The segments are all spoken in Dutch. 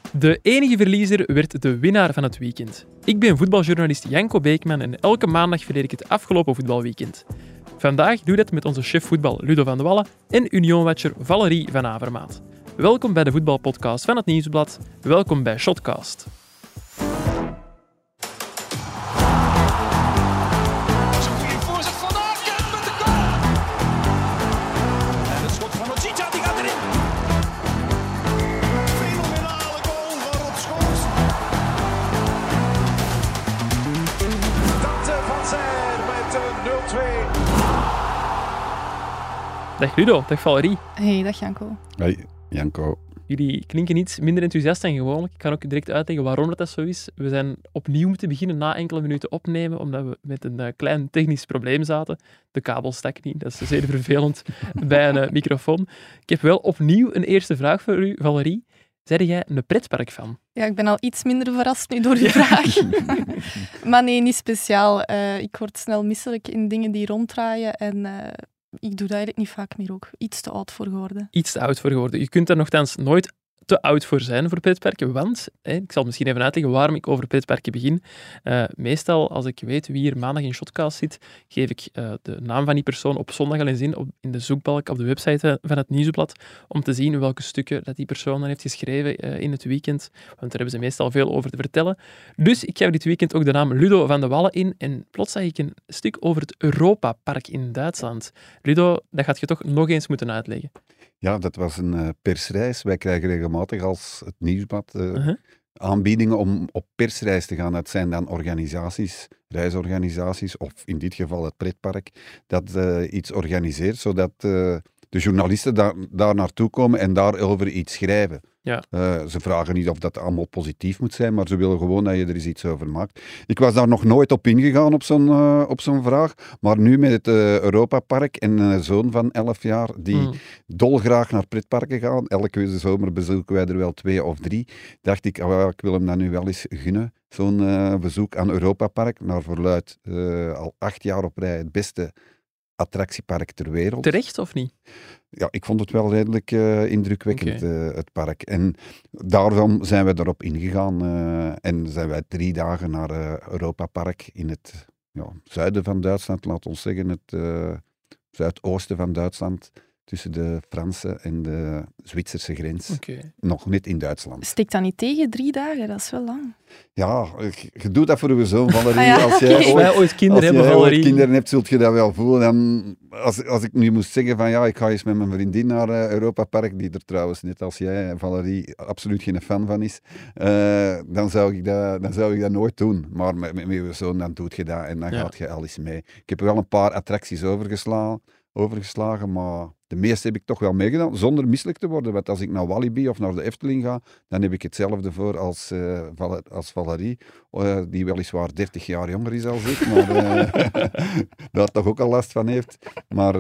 De enige verliezer werd de winnaar van het weekend. Ik ben voetbaljournalist Janko Beekman en elke maandag verleer ik het afgelopen voetbalweekend. Vandaag doe ik dat met onze chef voetbal Ludo van de Wallen en Union-watcher Valerie van Avermaat. Welkom bij de voetbalpodcast van het Nieuwsblad. Welkom bij Shotcast. Dag Ludo, dag Valerie. Hey, dag Janko. Hoi, Janko. Jullie klinken iets minder enthousiast dan gewoonlijk. Ik kan ook direct uitleggen waarom dat zo is. We zijn opnieuw moeten beginnen na enkele minuten opnemen, omdat we met een klein technisch probleem zaten. De kabel stak niet, dat is zeer vervelend bij een microfoon. Ik heb wel opnieuw een eerste vraag voor u, Valerie. Zijn jij een pretparkfan? Ja, ik ben al iets minder verrast nu door die vraag. Maar nee, niet speciaal. Ik word snel misselijk in dingen die ronddraaien en ik doe dat eigenlijk niet vaak meer ook. Iets te oud voor geworden. Iets te oud voor geworden. Je kunt daar nogthans nooit te oud voor zijn voor pretparken, want, ik zal misschien even uitleggen waarom ik over pretparken begin. Meestal, als ik weet wie hier maandag in Shotcast zit, geef ik de naam van die persoon op zondag al eens in de zoekbalk op de website van het Nieuwsblad, om te zien welke stukken dat die persoon dan heeft geschreven in het weekend, want daar hebben ze meestal veel over te vertellen. Dus ik gaf dit weekend ook de naam Ludo van de Wallen in en plots zag ik een stuk over het Europa-park in Duitsland. Ludo, dat gaat je toch nog eens moeten uitleggen. Ja, dat was een persreis. Wij krijgen regelmatig als het Nieuwsblad aanbiedingen om op persreis te gaan. Dat zijn dan organisaties, reisorganisaties, of in dit geval het pretpark, dat iets organiseert, zodat de journalisten daar naartoe komen en daarover iets schrijven. Ja. Ze vragen niet of dat allemaal positief moet zijn, maar ze willen gewoon dat je er eens iets over maakt. Ik was daar nog nooit op ingegaan op zo'n vraag, maar nu met het Europa-park en een zoon van 11 jaar die dolgraag naar pretparken gaan, elke zomer bezoeken wij er wel 2 of 3, dacht ik, ik wil hem dat nu wel eens gunnen, zo'n bezoek aan Europa-park, naar verluidt al 8 jaar op rij het beste attractiepark ter wereld. Terecht of niet? Ja, ik vond het wel redelijk indrukwekkend, het park. En daarom zijn we erop ingegaan en zijn wij 3 dagen naar Europa Park in het zuiden van Duitsland, laat ons zeggen, het zuidoosten van Duitsland, tussen de Franse en de Zwitserse grens. Nog net in Duitsland. Steekt dat niet tegen 3 dagen? Dat is wel lang. Ja, je doet dat voor je zoon, Valerie. Als wij ooit kinderen hebben, Valerie. Kinderen hebt, zult je dat wel voelen. En als ik nu moest zeggen van ik ga eens met mijn vriendin naar Europa Park, die er trouwens net als jij, Valerie, absoluut geen fan van is, dan zou ik dat nooit doen. Maar met je zoon, dan doe je dat en dan gaat je al eens mee. Ik heb wel een paar attracties overgeslagen, maar de meeste heb ik toch wel meegedaan, zonder misselijk te worden. Want als ik naar Walibi of naar de Efteling ga, dan heb ik hetzelfde voor als Valerie, die weliswaar 30 jaar jonger is als ik, maar daar toch ook al last van heeft. Maar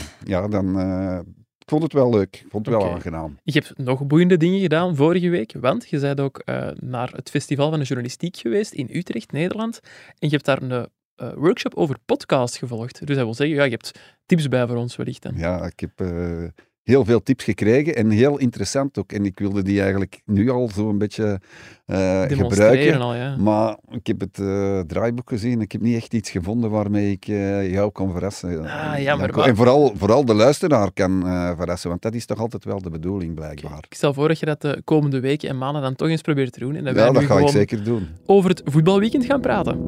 ik vond het wel leuk. Ik vond het wel aangenaam. Je hebt nog boeiende dingen gedaan vorige week, want je bent ook naar het Festival van de Journalistiek geweest in Utrecht, Nederland. En je hebt daar een workshop over podcast gevolgd. Dus dat wil zeggen, je hebt tips bij voor ons wellicht dan. Ja, ik heb heel veel tips gekregen en heel interessant ook. En ik wilde die eigenlijk nu al zo een beetje gebruiken. Al, ja. Maar ik heb het draaiboek gezien. Ik heb niet echt iets gevonden waarmee ik jou kon verrassen. En vooral de luisteraar kan verrassen, want dat is toch altijd wel de bedoeling, blijkbaar. Ik stel voor dat je dat de komende weken en maanden dan toch eens probeert te doen. En dat ga ik zeker doen. Over het voetbalweekend gaan praten.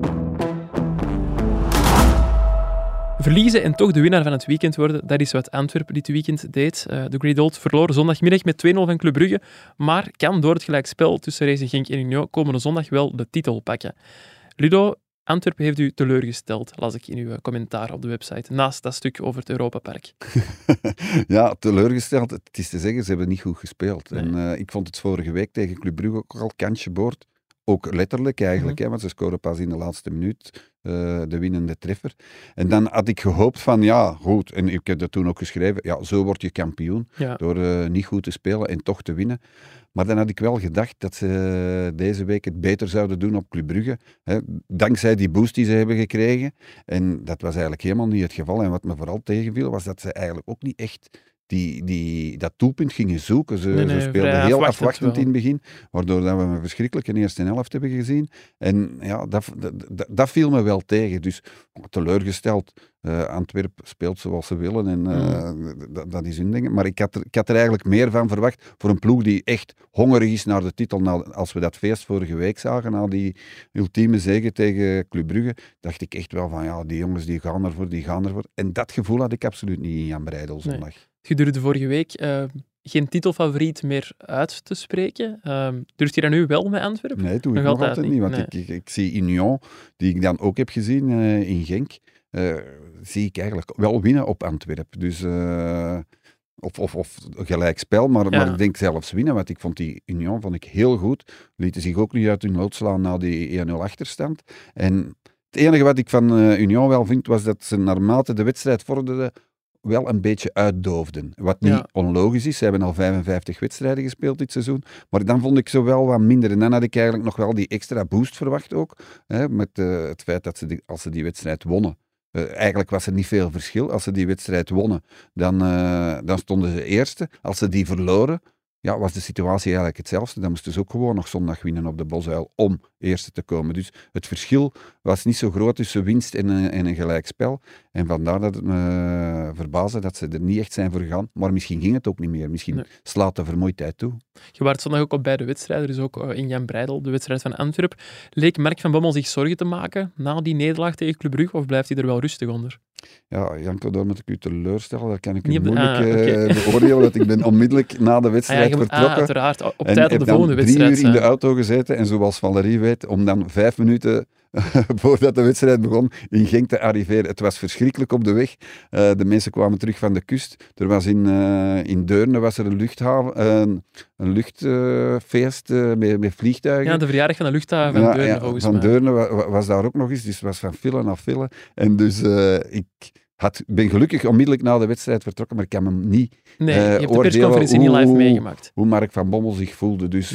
Verliezen en toch de winnaar van het weekend worden, dat is wat Antwerpen dit weekend deed. De Grey Dolt verloor zondagmiddag met 2-0 van Club Brugge, maar kan door het gelijkspel tussen Racing Genk en Union komende zondag wel de titel pakken. Ludo, Antwerpen heeft u teleurgesteld, las ik in uw commentaar op de website, naast dat stuk over het Europa-park. Ja, teleurgesteld. Het is te zeggen, ze hebben niet goed gespeeld. Nee. En ik vond het vorige week tegen Club Brugge ook al kantje boord. Ook letterlijk eigenlijk, want ze scoren pas in de laatste minuut de winnende treffer. En dan had ik gehoopt van, ja, goed, en ik heb dat toen ook geschreven, ja, zo word je kampioen, door niet goed te spelen en toch te winnen. Maar dan had ik wel gedacht dat ze deze week het beter zouden doen op Club Brugge, hè, dankzij die boost die ze hebben gekregen. En dat was eigenlijk helemaal niet het geval. En wat me vooral tegenviel, was dat ze eigenlijk ook niet echt dat doelpunt gingen zoeken. Ze speelden vrij heel afwachtend afwachtend wel. in het begin, waardoor dat we een verschrikkelijke eerste helft hebben gezien. En ja, dat viel me wel tegen. Dus teleurgesteld. Antwerpen speelt zoals ze willen en dat is hun ding. Maar ik had er eigenlijk meer van verwacht voor een ploeg die echt hongerig is naar de titel. Als we dat feest vorige week zagen, na die ultieme zege tegen Club Brugge, dacht ik echt wel van ja, die jongens die gaan ervoor. En dat gevoel had ik absoluut niet in Jan Breidel zondag. Je durfde vorige week geen titelfavoriet meer uit te spreken. Durft je dat nu wel met Antwerpen? Nee, doe ik nog altijd niet. Want ik zie Union, die ik dan ook heb gezien in Genk, zie ik eigenlijk wel winnen op Antwerpen. Dus, of gelijkspel, maar ik denk zelfs winnen. Want ik vond die Union heel goed. Lieten zich ook niet uit hun nood slaan na die 1-0 achterstand. En het enige wat ik van Union wel vind, was dat ze naarmate de wedstrijd vorderde wel een beetje uitdoofden. Wat niet onlogisch is. Ze hebben al 55 wedstrijden gespeeld dit seizoen. Maar dan vond ik ze wel wat minder. En dan had ik eigenlijk nog wel die extra boost verwacht ook. Met het feit dat als ze die wedstrijd wonnen. Eigenlijk was er niet veel verschil. Als ze die wedstrijd wonnen, dan stonden ze eerste. Als ze die verloren, was de situatie eigenlijk hetzelfde. Dan moesten ze ook gewoon nog zondag winnen op de Bosuil om eerste te komen. Dus het verschil was niet zo groot tussen winst en een gelijkspel. En vandaar dat het me verbaasde dat ze er niet echt zijn voor gegaan. Maar misschien ging het ook niet meer. Misschien slaat de vermoeidheid toe. Je waart zondag ook op beide wedstrijden, dus ook in Jan Breidel, de wedstrijd van Antwerpen. Leek Mark van Bommel zich zorgen te maken na die nederlaag tegen Club Brugge, of blijft hij er wel rustig onder? Ja, Janko, daar moet ik u teleurstellen. Dat kan ik u moeilijk beoordelen, want ik ben onmiddellijk na de wedstrijd vertrokken. Uiteraard, op tijd op de volgende wedstrijd. En 3 uur in de auto gezeten en zoals Valerie weet, om dan 5 minuten voordat de wedstrijd begon in Genk te arriveren. Het was verschrikkelijk op de weg. De mensen kwamen terug van de kust. Er was in Deurne was er een luchtfeest met vliegtuigen. Ja, de verjaardag van de luchthaven van Deurne, volgens mij. Van Deurne was daar ook nog eens, dus het was van file naar file. En dus ik ben gelukkig onmiddellijk na de wedstrijd vertrokken, maar ik kan hem niet je hebt de persconferentie niet live meegemaakt. Hoe Mark van Bommel zich voelde. Dus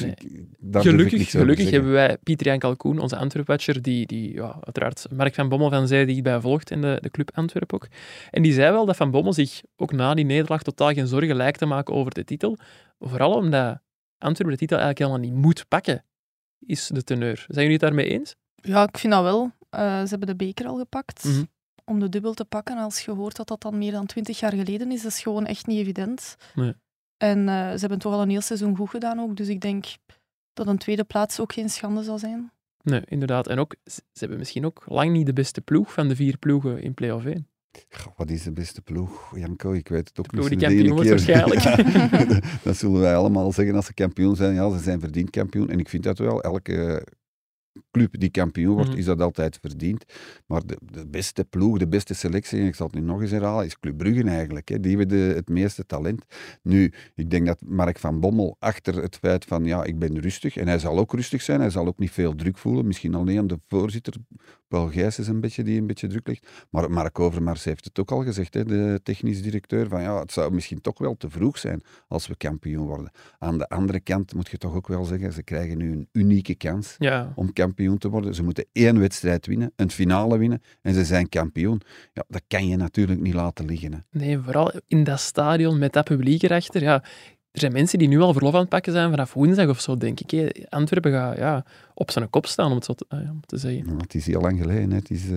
gelukkig hebben wij Pieter-Jan Kalkoen, onze Antwerp-watcher, die uiteraard Mark van Bommel van zij dichtbij volgt en de club Antwerp ook. En die zei wel dat Van Bommel zich ook na die nederlaag totaal geen zorgen lijkt te maken over de titel. Vooral omdat Antwerpen de titel eigenlijk helemaal niet moet pakken, is de teneur. Zijn jullie het daarmee eens? Ja, ik vind dat wel. Ze hebben de beker al gepakt. Om de dubbel te pakken, als je hoort dat dat dan meer dan 20 jaar geleden is, dat is gewoon echt niet evident. Nee. En ze hebben toch al een heel seizoen goed gedaan ook, dus ik denk dat een tweede plaats ook geen schande zal zijn. Nee, inderdaad. En ook, ze hebben misschien ook lang niet de beste ploeg van de 4 ploegen in play-off 1. Wat is de beste ploeg, Janko? Ik weet het ook niet. De ploeg die kampioen wordt waarschijnlijk. Dat zullen wij allemaal zeggen als ze kampioen zijn. Ja, ze zijn verdiend kampioen. En ik vind dat wel. Elke club die kampioen wordt, is dat altijd verdiend. Maar de beste ploeg, de beste selectie, en ik zal het nu nog eens herhalen, is Club Brugge eigenlijk. Hè. Die hebben het meeste talent. Nu, ik denk dat Mark van Bommel achter het feit van, ik ben rustig, en hij zal ook rustig zijn, hij zal ook niet veel druk voelen, misschien alleen de voorzitter, Paul Gijsens die een beetje druk legt. Maar Mark Overmars heeft het ook al gezegd, hè, de technisch directeur, van het zou misschien toch wel te vroeg zijn als we kampioen worden. Aan de andere kant moet je toch ook wel zeggen, ze krijgen nu een unieke kans om kampioen te worden. Ze moeten 1 wedstrijd winnen, een finale winnen, en ze zijn kampioen. Ja, dat kan je natuurlijk niet laten liggen. Hè. Nee, vooral in dat stadion met dat publiek erachter. Ja, er zijn mensen die nu al verlof aan het pakken zijn vanaf woensdag of zo, denk ik. Hè. Antwerpen gaat op zijn kop staan, om het zo te zeggen. Ja, het is heel lang geleden. Hè. Het is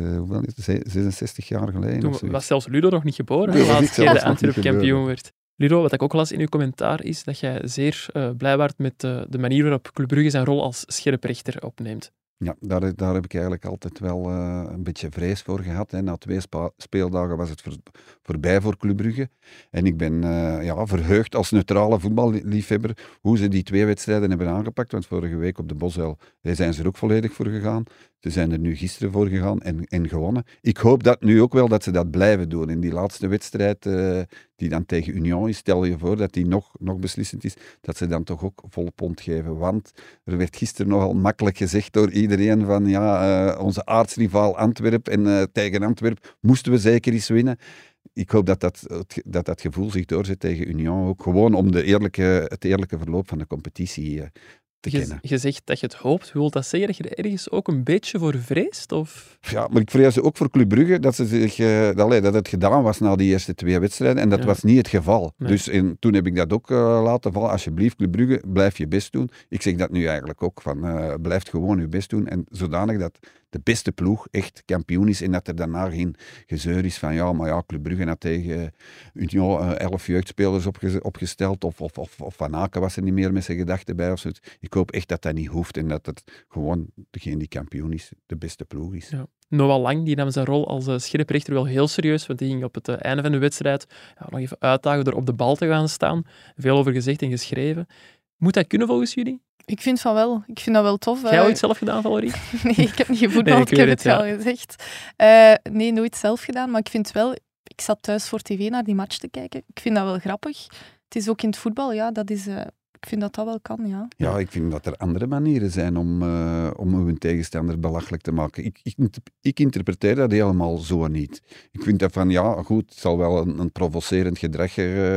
66 jaar geleden. Toen was zelfs Ludo nog niet geboren, de laatste keer de Antwerpen kampioen werd. Ludo, wat ik ook las in uw commentaar, is dat jij zeer blij waart met de manier waarop Club Brugge zijn rol als scherprechter opneemt. Ja, daar heb ik eigenlijk altijd wel een beetje vrees voor gehad. Hè. Na 2 speeldagen was het voorbij voor Club Brugge. En ik ben verheugd als neutrale voetballiefhebber hoe ze die 2 wedstrijden hebben aangepakt. Want vorige week op de Bosuil zijn ze er ook volledig voor gegaan. Ze zijn er nu gisteren voor gegaan en gewonnen. Ik hoop dat nu ook wel dat ze dat blijven doen. In die laatste wedstrijd, die dan tegen Union is, stel je voor dat die nog beslissend is, dat ze dan toch ook volle pond geven. Want er werd gisteren nogal makkelijk gezegd door iedereen van onze aartsrivaal Antwerpen en tegen Antwerpen moesten we zeker eens winnen. Ik hoop dat gevoel zich doorzet tegen Union ook. Gewoon om het eerlijke verloop van de competitie te kennen. Je zegt dat je het hoopt. Wil dat zeggen dat je er ergens ook een beetje voor vreest? Of? Ja, maar ik vrees ook voor Club Brugge dat het gedaan was na die eerste 2 wedstrijden. En dat was niet het geval. Nee. Dus toen heb ik dat ook laten vallen. Alsjeblieft, Club Brugge, blijf je best doen. Ik zeg dat nu eigenlijk ook. Blijf gewoon je best doen. En zodanig dat de beste ploeg echt kampioen is. En dat er daarna geen gezeur is van Club Brugge had tegen Union 11 jeugdspelers opgesteld. Of Van Aken was er niet meer met zijn gedachten bij. Of zo. Ik hoop echt dat dat niet hoeft. En dat het gewoon degene die kampioen is, de beste ploeg is. Ja. Noah Lang die nam zijn rol als scherprechter wel heel serieus, want die ging op het einde van de wedstrijd nog even uitdagen door op de bal te gaan staan. Veel over gezegd en geschreven. Moet dat kunnen volgens jullie? Ik vind van wel. Ik vind dat wel tof. Jij ooit zelf gedaan, Valerie? Nee, ik heb niet gevoetbald, Nee, ik heb het ja. al gezegd. Nee, nooit zelf gedaan, maar ik vind wel... Ik zat thuis voor tv naar die match te kijken. Ik vind dat wel grappig. Het is ook in het voetbal, ja, dat is... ik vind dat wel kan, ja. Ja, ik vind dat er andere manieren zijn om uw tegenstander belachelijk te maken. Ik interpreteer dat helemaal zo niet. Ik vind dat van, ja, goed, het zal wel een provocerend gedrag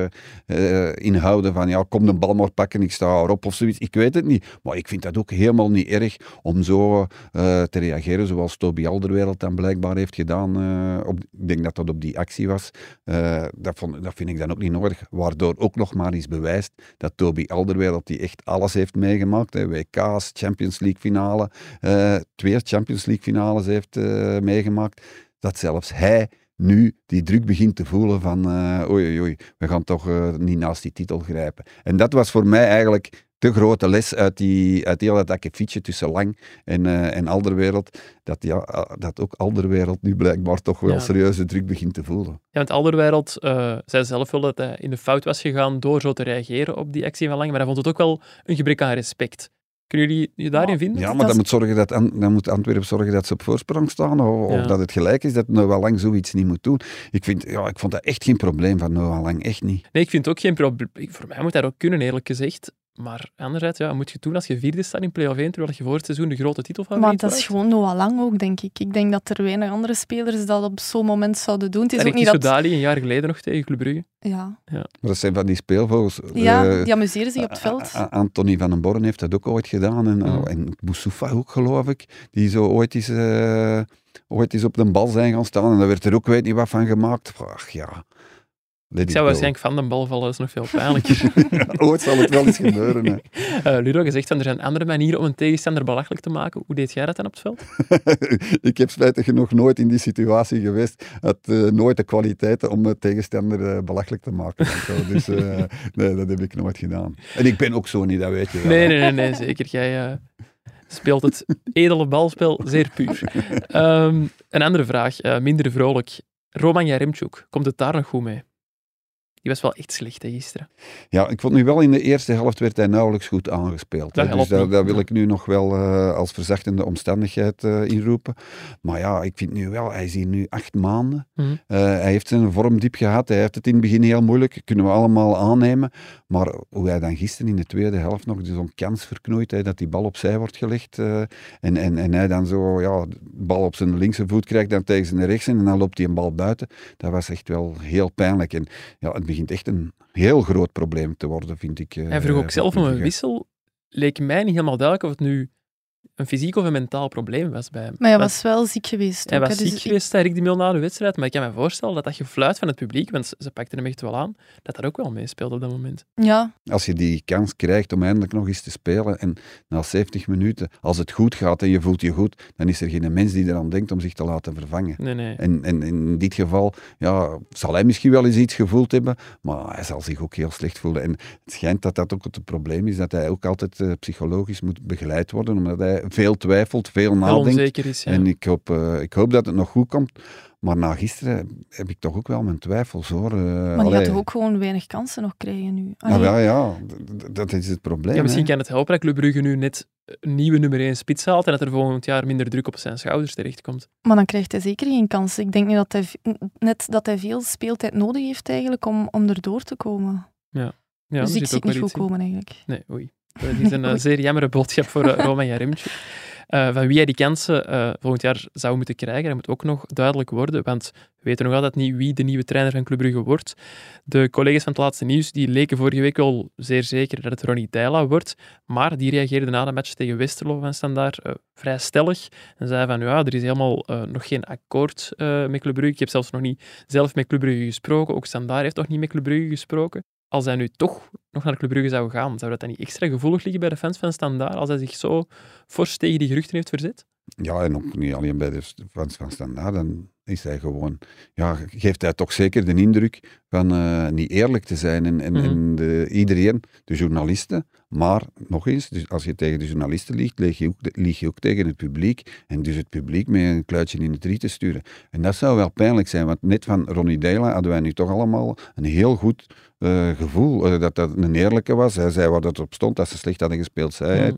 inhouden van, kom de bal maar pakken, ik sta erop of zoiets. Ik weet het niet. Maar ik vind dat ook helemaal niet erg om zo te reageren zoals Toby Alderweireld dan blijkbaar heeft gedaan. Ik denk dat dat op die actie was. Dat vind ik dan ook niet nodig. Waardoor ook nog maar eens bewijst dat Toby Alderweireld, die echt alles heeft meegemaakt, WK's, Champions League finale, 2 Champions League finales heeft meegemaakt, dat zelfs hij nu die druk begint te voelen van oei, we gaan toch niet naast die titel grijpen. En dat was voor mij eigenlijk de grote les uit heel dat akkefietje tussen Lang en Alderweireld, dat ook Alderweireld nu blijkbaar toch wel serieuze druk begint te voelen. Ja, want Alderweireld zei zelf wel dat hij in de fout was gegaan door zo te reageren op die actie van Lang, maar hij vond het ook wel een gebrek aan respect. Kunnen jullie je daarin vinden? Ja, maar dan moet Antwerpen zorgen dat ze op voorsprong staan, of dat het gelijk is dat Noah Lang zoiets niet moet doen. Ik vond dat echt geen probleem van Noah Lang, echt niet. Nee, ik vind het ook geen probleem. Voor mij moet dat ook kunnen, eerlijk gezegd. Maar anderzijds, moet je het doen als je 4e staat in play-off 1, terwijl je voor het seizoen de grote titelfavoriet Maar dat is gewoon Noah Lang ook, denk ik. Ik denk dat er weinig andere spelers dat op zo'n moment zouden doen. Het is ook niet dat... Dali een jaar geleden nog tegen Club Brugge. Ja. Maar dat zijn van die speelvogels. Ja, die amuseren zich op het veld. Anthony van den Borren heeft dat ook ooit gedaan. En Boussoufa ook, geloof ik. Die zo ooit eens op de bal zijn gaan staan. En daar werd er ook weet niet wat van gemaakt. Ach ja... Ik zou waarschijnlijk van de bal vallen, dat is nog veel pijnlijker. Ooit zal het wel eens gebeuren. Ludo, je zegt er zijn andere manieren om een tegenstander belachelijk te maken. Hoe deed jij dat dan op het veld? Ik heb spijtig genoeg nooit in die situatie geweest. Had nooit de kwaliteiten om een tegenstander belachelijk te maken. Dus nee, dat heb ik nooit gedaan. En ik ben ook zo niet, dat weet je wel. Nee, zeker. Jij speelt het edele balspel zeer puur. Een andere vraag, minder vrolijk. Roman Jaremchuk, komt het daar nog goed mee? Die was wel echt slecht gisteren. Ja, ik vond nu wel in de eerste helft werd hij nauwelijks goed aangespeeld. Dus daar wil ik nu nog wel als verzachtende omstandigheid inroepen. Maar ja, ik vind nu wel, hij is hier nu 8 maanden. Mm-hmm. Hij heeft zijn vormdiep gehad. Hij heeft het in het begin heel moeilijk. Kunnen we allemaal aannemen. Maar hoe hij dan gisteren in de tweede helft nog zo'n kans verknoeit, dat die bal opzij wordt gelegd. En hij dan zo de bal op zijn linkse voet krijgt, dan tegen zijn rechtse. En dan loopt hij een bal buiten. Dat was echt wel heel pijnlijk. En ja, het begint echt een heel groot probleem te worden, vind ik. Hij vroeg ook zelf om een wissel. Leek mij niet helemaal duidelijk of het nu een fysiek of een mentaal probleem was bij hem. Maar hij was wel ziek geweest. Hij was ziek geweest, zei Rick de Mil na de wedstrijd. Maar ik kan me voorstellen dat gefluit van het publiek, want ze pakten hem echt wel aan, dat ook wel meespeelde op dat moment. Ja. Als je die kans krijgt om eindelijk nog eens te spelen en na 70 minuten, als het goed gaat en je voelt je goed, dan is er geen mens die eraan denkt om zich te laten vervangen. Nee. En in dit geval zal hij misschien wel eens iets gevoeld hebben, maar hij zal zich ook heel slecht voelen. En het schijnt dat dat ook het probleem is, dat hij ook altijd psychologisch moet begeleid worden, omdat hij veel twijfelt, veel nadenkt. Onzeker is, ja. En ik hoop dat het nog goed komt. Maar na gisteren heb ik toch ook wel mijn twijfels, hoor. Maar die gaat toch ook gewoon weinig kansen nog krijgen nu? Dat is het probleem. Ja, misschien kan het helpen dat Club Brugge nu net een nieuwe nummer 1 spits haalt en dat er volgend jaar minder druk op zijn schouders terechtkomt. Maar dan krijgt hij zeker geen kans. Ik denk niet dat hij veel speeltijd nodig heeft eigenlijk om erdoor te komen. Ja, dus ik zie het niet goed komen eigenlijk. Nee, oei. Dat is een zeer jammere boodschap voor Roman Jaremchuk. Van wie hij die kansen volgend jaar zou moeten krijgen, dat moet ook nog duidelijk worden, want we weten nog altijd niet wie de nieuwe trainer van Club Brugge wordt. De collega's van het laatste nieuws die leken vorige week al zeer zeker dat het Ronny Deila wordt, maar die reageerde na de match tegen Westerlo van Standaard vrij stellig en zei van ja, er is helemaal nog geen akkoord met Club Brugge. Ik heb zelfs nog niet zelf met Club Brugge gesproken, ook Standaard heeft nog niet met Club Brugge gesproken. Als hij nu toch nog naar Club Brugge zou gaan, zou dat dan niet extra gevoelig liggen bij de fans van Standaard als hij zich zo fors tegen die geruchten heeft verzet? Ja, en ook niet alleen bij de fans van Standaard, dan is hij gewoon... Ja, geeft hij toch zeker de indruk van niet eerlijk te zijn. En iedereen, de journalisten, maar nog eens, dus als je tegen de journalisten liegt, lieg je ook tegen het publiek. En dus het publiek met een kluitje in het riet te sturen. En dat zou wel pijnlijk zijn, want net van Ronny Deila hadden wij nu toch allemaal een heel goed gevoel. Dat dat een eerlijke was. Hij zei waar dat op stond, dat ze slecht hadden gespeeld, zei hij.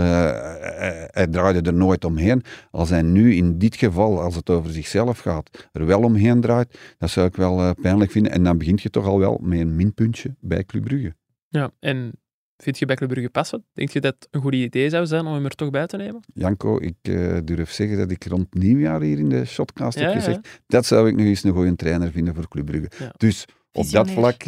Hij draaide er nooit omheen. Als hij nu in dit geval, als het over zichzelf gaat, er wel omheen draait, dat zou ik wel pijnlijk vinden. En dan begint je toch al wel met een minpuntje bij Club Brugge. Ja, en vind je bij Club Brugge passen? Denk je dat het een goed idee zou zijn om hem er toch bij te nemen? Janko, ik durf zeggen dat ik rond nieuwjaar hier in de Shotcast heb gezegd, dat zou ik nog eens een goede trainer vinden voor Club Brugge. Ja. Dus op dat vlak...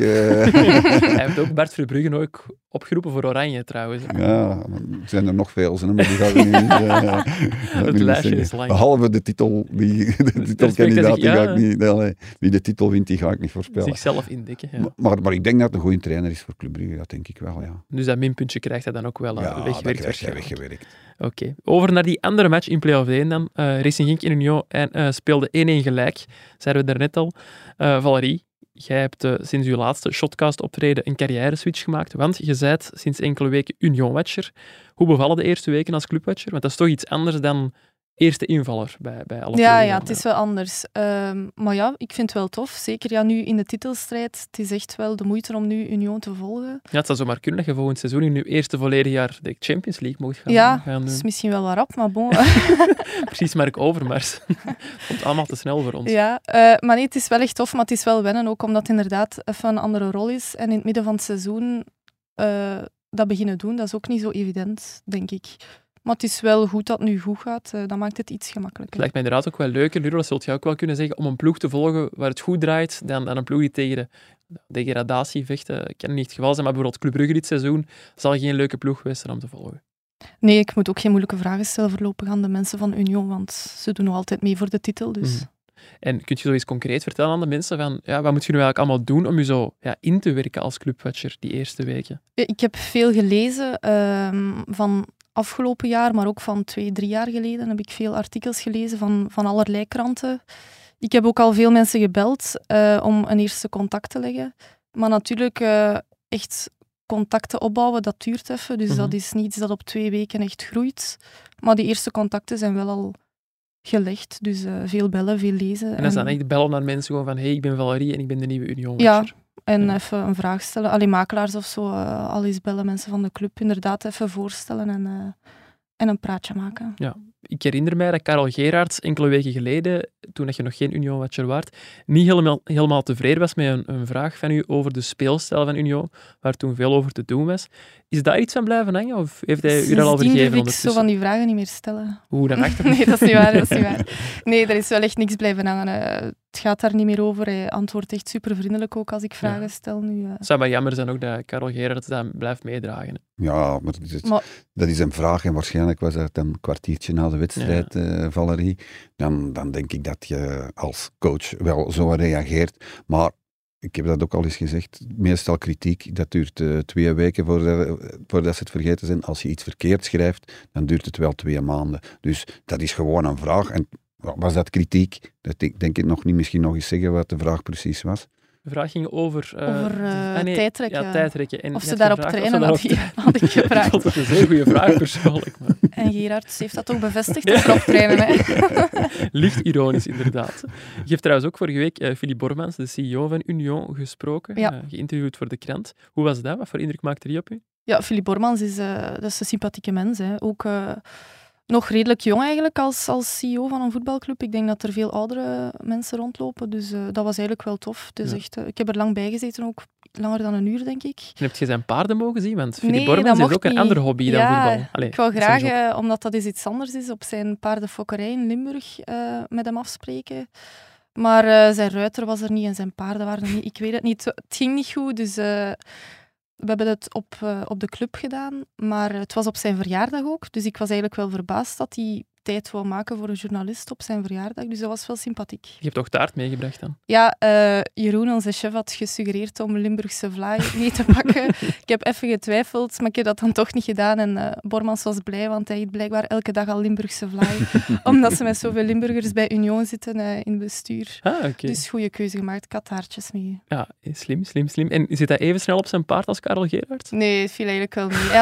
Hij heeft ook Bert Verbruggen ook opgeroepen voor Oranje, trouwens. Ja, er zijn er nog veel, maar die gaan we niet... het lijstje is lang. Behalve de titel, de titelkandidaat, die ga ik niet... Wie de titel wint, die ga ik niet voorspellen. Zichzelf indekken, ja. Maar ik denk dat het een goede trainer is voor Club Brugge, dat denk ik wel, ja. Dus dat minpuntje krijgt hij dan ook wel weggewerkt. Ja, dat weggewerkt. Oké. Over naar die andere match in play-off 1 dan. Racing Genk en Union speelde 1-1 gelijk, zeiden we daarnet al. Valerie, jij hebt sinds je laatste Shotcast-optreden een carrière-switch gemaakt, want je bent sinds enkele weken Union-watcher. Hoe bevallen de eerste weken als clubwatcher? Want dat is toch iets anders dan eerste invaller bij alle Ja, het is wel anders. Maar ja, ik vind het wel tof. Zeker ja, nu in de titelstrijd. Het is echt wel de moeite om nu Union te volgen. Ja, het zou zomaar kunnen dat je volgend seizoen in je eerste volledige jaar de Champions League mocht gaan doen. Ja, dat is misschien wel wat rap, maar bon. Precies, Mark Overmars. Het komt allemaal te snel voor ons. Ja, maar nee, het is wel echt tof, maar het is wel wennen, ook omdat het inderdaad even een andere rol is. En in het midden van het seizoen dat beginnen doen, dat is ook niet zo evident, denk ik. Maar het is wel goed dat het nu goed gaat. Dat maakt het iets gemakkelijker. Het lijkt mij inderdaad ook wel leuker, Luro, dat zult je ook wel kunnen zeggen, om een ploeg te volgen waar het goed draait, dan een ploeg die tegen de degradatie vecht. Kan niet het geval zijn, maar bijvoorbeeld Club Brugge dit seizoen zal geen leuke ploeg geweest zijn om te volgen. Nee, ik moet ook geen moeilijke vragen stellen voorlopig aan de mensen van Union, want ze doen nog altijd mee voor de titel. Dus. En kun je zoiets concreet vertellen aan de mensen van, ja, wat moet je nu eigenlijk allemaal doen om je zo in te werken als clubwatcher die eerste weken? Ik heb veel gelezen van afgelopen jaar, maar ook van 2-3 jaar geleden heb ik veel artikels gelezen van allerlei kranten. Ik heb ook al veel mensen gebeld om een eerste contact te leggen. Maar natuurlijk, echt contacten opbouwen, dat duurt even. Dus dat is niet iets dat op 2 weken echt groeit. Maar die eerste contacten zijn wel al gelegd. Dus veel bellen, veel lezen. En dat is dan echt bellen naar mensen gewoon van hey, ik ben Valerie en ik ben de nieuwe Union-watcher. Ja, en even een vraag stellen. Alleen makelaars of zo, al eens bellen mensen van de club. Inderdaad, even voorstellen en een praatje maken. Ja. Ik herinner mij dat Karel Gerards enkele weken geleden, toen je nog geen Union-watcher waart, niet helemaal tevreden was met een vraag van u over de speelstijl van Union, waar toen veel over te doen was. Is daar iets van blijven hangen, of heeft hij u dat al vergeven? Ik zo van die vragen niet meer stellen. Hoe, dat mag toch? Nee, dat is niet waar, Nee, er is wel echt niks blijven hangen. Het gaat daar niet meer over. Hij antwoordt echt super vriendelijk ook als ik vragen stel nu. Het zou maar jammer zijn ook dat Karel Gerards dat blijft meedragen. Ja, maar dat is een vraag en waarschijnlijk was dat een kwartiertje na de wedstrijd, Valerie. Dan denk ik dat je als coach wel zo reageert. Maar ik heb dat ook al eens gezegd, meestal kritiek, dat duurt 2 weken voordat ze het vergeten zijn. Als je iets verkeerd schrijft, dan duurt het wel 2 maanden. Dus dat is gewoon een vraag. En was dat kritiek? Dat denk ik nog niet, misschien nog eens zeggen wat de vraag precies was. De vraag ging over tijdrekken. Ja, tijdrekken. En of ze daarop trainen, had ik gevraagd. Dat is een zeer goede vraag, persoonlijk. Maar. En Gerard heeft dat ook bevestigd, dat ze erop trainen. Hè. Licht ironisch, inderdaad. Je hebt trouwens ook vorige week Philippe Bormans, de CEO van Union, gesproken. Geïnterviewd voor de krant. Hoe was dat? Wat voor indruk maakte hij op u? Ja, Philippe Bormans dat is een sympathieke mens. Hè. Ook Nog redelijk jong eigenlijk als CEO van een voetbalclub. Ik denk dat er veel oudere mensen rondlopen, dus dat was eigenlijk wel tof. Het is echt, ik heb er lang bij gezeten, ook langer dan een uur, denk ik. En heb je zijn paarden mogen zien? Want Philippe Nee, Bormans dat heeft mocht ook een niet. ander hobby dan voetbal. Allee, Ik wou dat is een graag, job. omdat dat iets anders is, op zijn paardenfokkerij in Limburg met hem afspreken. Maar zijn ruiter was er niet en zijn paarden waren er niet. Ik weet het niet. Het ging niet goed, dus we hebben het op de club gedaan. Maar het was op zijn verjaardag ook. Dus ik was eigenlijk wel verbaasd dat hij tijd wou maken voor een journalist op zijn verjaardag. Dus dat was wel sympathiek. Je hebt toch taart meegebracht dan? Ja, Jeroen, onze chef, had gesuggereerd om Limburgse vlaai mee te pakken. Ik heb even getwijfeld, maar ik heb dat dan toch niet gedaan. En Bormans was blij, want hij eet blijkbaar elke dag al Limburgse vlaai. Omdat ze met zoveel Limburgers bij Union zitten in het bestuur. Oké. Dus goede keuze gemaakt. Ik had taartjes mee. Ja, slim. En zit hij even snel op zijn paard als Karel Gerards? Nee, het viel eigenlijk wel mee.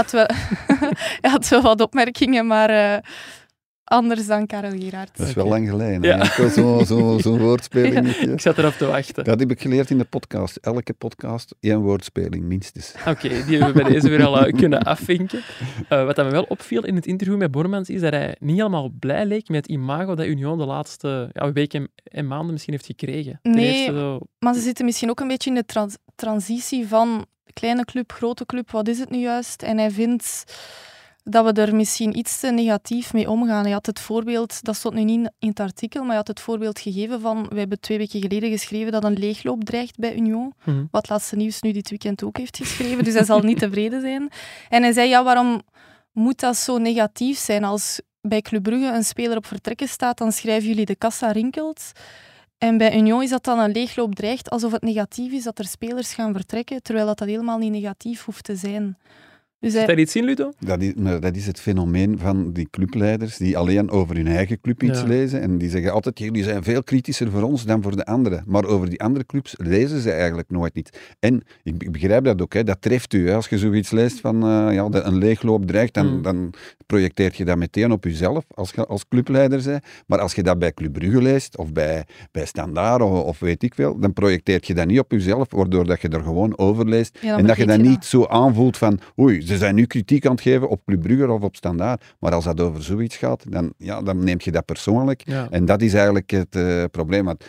Hij had wel wat opmerkingen, maar anders dan Karel Gerards. Dat is wel lang geleden. Ja. Ja. Zo'n woordspeling. Ik zat erop te wachten. Dat heb ik geleerd in de podcast. Elke podcast, 1 woordspeling, minstens. Oké, die hebben we bij deze weer al kunnen afvinken. Wat dat me wel opviel in het interview met Bormans is dat hij niet helemaal blij leek met het imago dat Union de laatste weken en maanden misschien heeft gekregen. Ten Nee, eerste zo... maar ze zitten misschien ook een beetje in de transitie van kleine club, grote club, wat is het nu juist? En hij vindt dat we er misschien iets te negatief mee omgaan. Hij had het voorbeeld, dat stond nu niet in het artikel, maar hij had het voorbeeld gegeven van, we hebben 2 weken geleden geschreven dat een leegloop dreigt bij Union, wat Laatste Nieuws nu dit weekend ook heeft geschreven, dus hij zal niet tevreden zijn. En hij zei, ja, waarom moet dat zo negatief zijn? Als bij Club Brugge een speler op vertrekken staat, dan schrijven jullie de kassa rinkelt. En bij Union is dat dan een leegloop dreigt, alsof het negatief is dat er spelers gaan vertrekken, terwijl dat helemaal niet negatief hoeft te zijn. Dus Zit daar iets in, Ludo? Dat is het fenomeen van die clubleiders die alleen over hun eigen club iets lezen. En die zeggen altijd, jullie zijn veel kritischer voor ons dan voor de anderen. Maar over die andere clubs lezen ze eigenlijk nooit niet. En ik begrijp dat ook, hè, dat treft u. Hè. Als je zoiets leest van een leegloop dreigt, dan projecteer je dat meteen op jezelf als clubleider bent. Maar als je dat bij Club Brugge leest, of bij Standaard, of weet ik veel, dan projecteer je dat niet op jezelf, waardoor dat je er gewoon over leest. Ja, en dat je dat niet zo aanvoelt van, oei, ze zijn nu kritiek aan het geven op Club Brugge of op Standaard, maar als dat over zoiets gaat, dan neem je dat persoonlijk. Ja. En dat is eigenlijk het probleem. Want,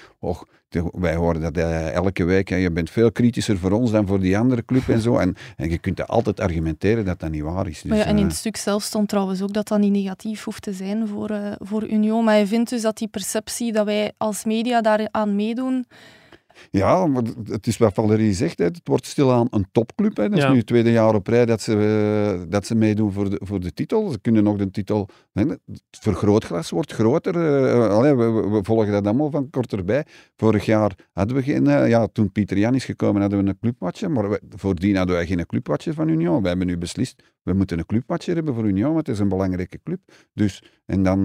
wij horen dat elke week, hè, je bent veel kritischer voor ons dan voor die andere club en zo. En je kunt dat altijd argumenteren dat dat niet waar is. Dus, maar en in het stuk zelf stond trouwens ook dat dat niet negatief hoeft te zijn voor Union. Maar hij vindt dus dat die perceptie dat wij als media daaraan meedoen. Ja, maar het is wat Valerie zegt, hè. Het wordt stilaan een topclub. Hè. Dat is nu het 2e jaar op rij dat ze meedoen voor de titel. Ze kunnen nog de titel... Het vergrootglas wordt groter. We volgen dat allemaal van kort erbij. Vorig jaar hadden we geen... toen Pieter Jan is gekomen, hadden we een clubwatcher. Maar voordien hadden wij geen clubwatcher van Union. We hebben nu beslist, we moeten een clubwatcher hebben voor Union, want het is een belangrijke club. Dus, en dan...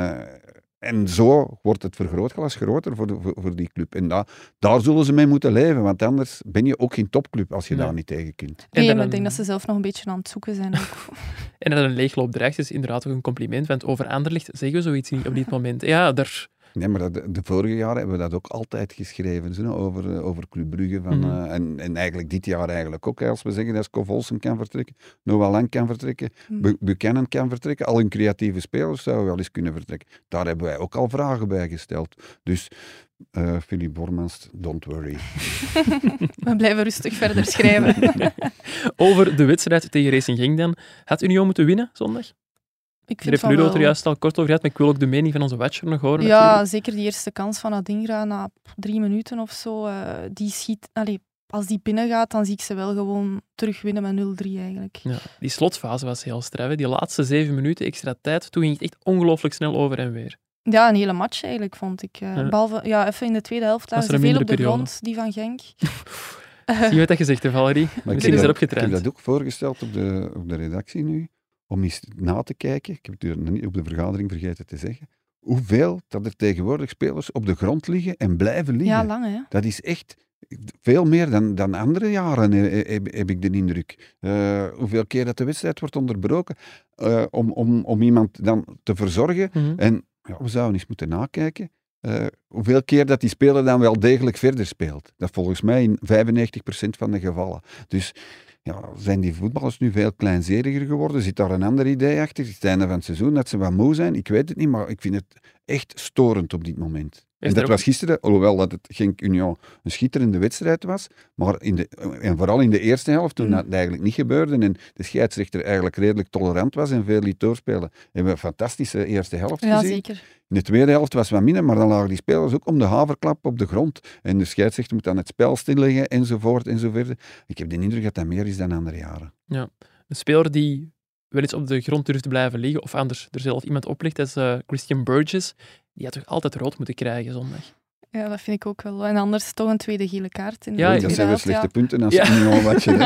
En zo wordt het vergrootglas groter voor die club. En daar zullen ze mee moeten leven, want anders ben je ook geen topclub als je daar niet tegen kunt. Nee, maar ik denk dat ze zelf nog een beetje aan het zoeken zijn ook. En dat een leegloop dreigt is inderdaad ook een compliment, want over Anderlecht zeggen we zoiets niet op dit moment. Ja, daar... Nee, maar de vorige jaren hebben we dat ook altijd geschreven, over Club Brugge. En eigenlijk dit jaar eigenlijk ook. Als we zeggen dat Skov Olsen kan vertrekken, Noah Lang kan vertrekken, Buchanan kan vertrekken, al hun creatieve spelers zouden wel eens kunnen vertrekken. Daar hebben wij ook al vragen bij gesteld. Dus Philippe Bormans, don't worry. We blijven rustig verder schrijven. Over de wedstrijd tegen Racing Genk dan. Had Union moeten winnen zondag? Ik vind heeft Ludo het er juist al kort over gehad, maar ik wil ook de mening van onze watcher nog horen. Ja, natuurlijk. zeker die eerste kans van Adingra na 3 minuten of zo. Die schiet... als die binnengaat, dan zie ik ze wel gewoon terug winnen met 0-3 eigenlijk. Ja, die slotfase was heel straf. Hè. Die laatste 7 minuten extra tijd, toen ging het echt ongelooflijk snel over en weer. Ja, een hele match eigenlijk, vond ik. Behalve, even in de tweede helft lagen ze veel op de grond, die van Genk. Zie je wat dat gezegd hebt, Valerie? Misschien is erop getraind. Ik heb dat ook voorgesteld op de redactie nu, om eens na te kijken, ik heb het niet op de vergadering vergeten te zeggen, hoeveel dat er tegenwoordig spelers op de grond liggen en blijven liggen. Ja, lang hè. Dat is echt veel meer dan andere jaren, heb ik de indruk. Hoeveel keer dat de wedstrijd wordt onderbroken om iemand dan te verzorgen. En we zouden eens moeten nakijken hoeveel keer dat die speler dan wel degelijk verder speelt. Dat volgens mij in 95% van de gevallen. Dus zijn die voetballers nu veel kleinzeliger geworden? Zit daar een ander idee achter? Is het einde van het seizoen dat ze wat moe zijn? Ik weet het niet, maar ik vind het echt storend op dit moment. En dat was gisteren, alhoewel dat het Genk Union een schitterende wedstrijd was, maar en vooral in de eerste helft, toen dat eigenlijk niet gebeurde en de scheidsrechter eigenlijk redelijk tolerant was en veel liet doorspelen, hebben we een fantastische eerste helft gezien. Ja, zeker. In de tweede helft was het wat minder, maar dan lagen die spelers ook om de haverklap op de grond. En de scheidsrechter moet dan het spel stilleggen, enzovoort, enzovoort. Ik heb de indruk dat dat meer is dan andere jaren. Ja, een speler die wel eens op de grond durft te blijven liggen, of anders er zelf iemand oplicht, dat is Christian Burgess. Die had toch altijd rood moeten krijgen zondag? Ja, dat vind ik ook wel. En anders toch een tweede gele kaart. In Ja, de dat zijn wel slechte ja. punten als Union wat je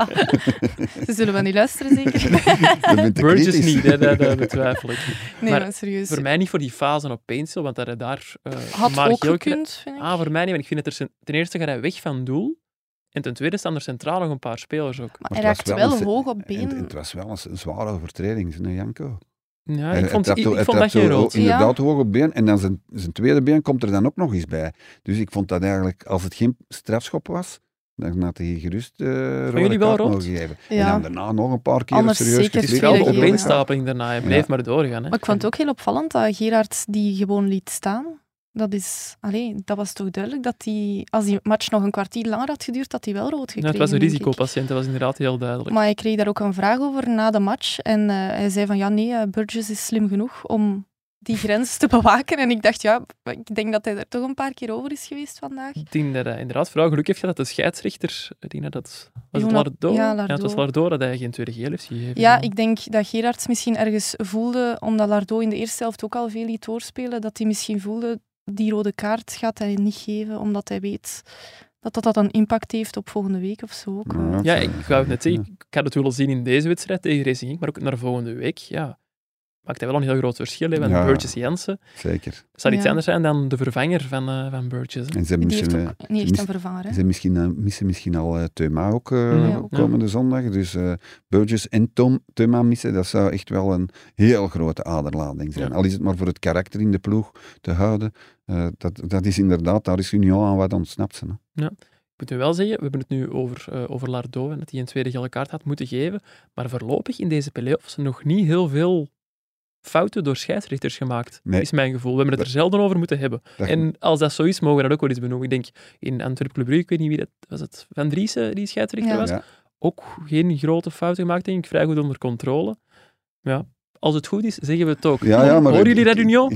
Ze zullen wel niet luisteren, zeker? Burgess niet, hè, dat betwijfel ik. Nee, maar serieus. Voor mij niet voor die fase opeens, want dat hij daar Had maar ook geel gekund, vind ik. voor mij niet, want ik vind dat ten eerste gaat hij weg van doel, en ten tweede staan er centraal nog een paar spelers ook. Maar hij raakt wel hoog op been. En het was wel een zware overtreding, hè, Janko. Ja, ik vond dat geen rood. Inderdaad hoog op been. En dan zijn tweede been komt er dan ook nog eens bij. Dus ik vond dat eigenlijk, als het geen strafschop was, dan had hij gerust rode kaart mogen geven. Ja. En dan daarna nog een paar keer Anders serieus zeker gesleten. Wel de gele. opeenstapeling daarna, hij bleef maar doorgaan. Hè. Maar ik vond het ook heel opvallend dat Gerard die gewoon liet staan. Dat was toch duidelijk dat hij, als die match nog een kwartier langer had geduurd, dat hij wel rood gekregen. Ja, het was een denk ik. risicopatiënt, dat was inderdaad heel duidelijk. Maar hij kreeg daar ook een vraag over na de match. En hij zei van, Burgess is slim genoeg om die grens te bewaken. En ik dacht, ik denk dat hij er toch een paar keer over is geweest vandaag. Ik denk dat hij inderdaad vooral geluk heeft gehad dat de scheidsrechter, ik denk dat was het Jonah- Lardo? ja, Ja, Lardo. het was Lardo dat hij geen tweede geel heeft gegeven. Ja, ik denk dat Gerard misschien ergens voelde, omdat Lardo in de eerste helft ook al veel liet doorspelen, dat hij misschien voelde, die rode kaart gaat hij niet geven, omdat hij weet dat een impact heeft op volgende week of zo ook. Ja, ik wou het net zeggen, ik had het willen zien in deze wedstrijd tegen Racing Genk, maar ook naar volgende week, ja, maakt hij wel een heel groot verschil, hè, van Burgess Jansen. Zeker. Het zal iets anders zijn dan de vervanger van Burgess. Hè. En ze Die missen, heeft ook niet echt een vervanger. Hè? ze missen misschien al Teuma ook ook. komende zondag. Dus Burgess en Teuma missen, dat zou echt wel een heel grote aderlading zijn. Ja. Al is het maar voor het karakter in de ploeg te houden. Dat is inderdaad, daar is Union aan wat ontsnapt. Hè. Ja. Ik moet nu wel zeggen, we hebben het nu over Lardo en dat hij een tweede gele kaart had moeten geven, maar voorlopig in deze play-offs nog niet heel veel fouten door scheidsrechters gemaakt, is mijn gevoel. We hebben het er zelden over moeten hebben. En als dat zo is, mogen we dat ook wel eens benoemen. Ik denk, in Antwerp Club Brugge, ik weet niet wie dat was, het Van Driessen die scheidsrechter was, ook geen grote fouten gemaakt, denk ik, vrij goed onder controle. Ja, als het goed is, zeggen we het ook. Maar horen jullie dat, Union?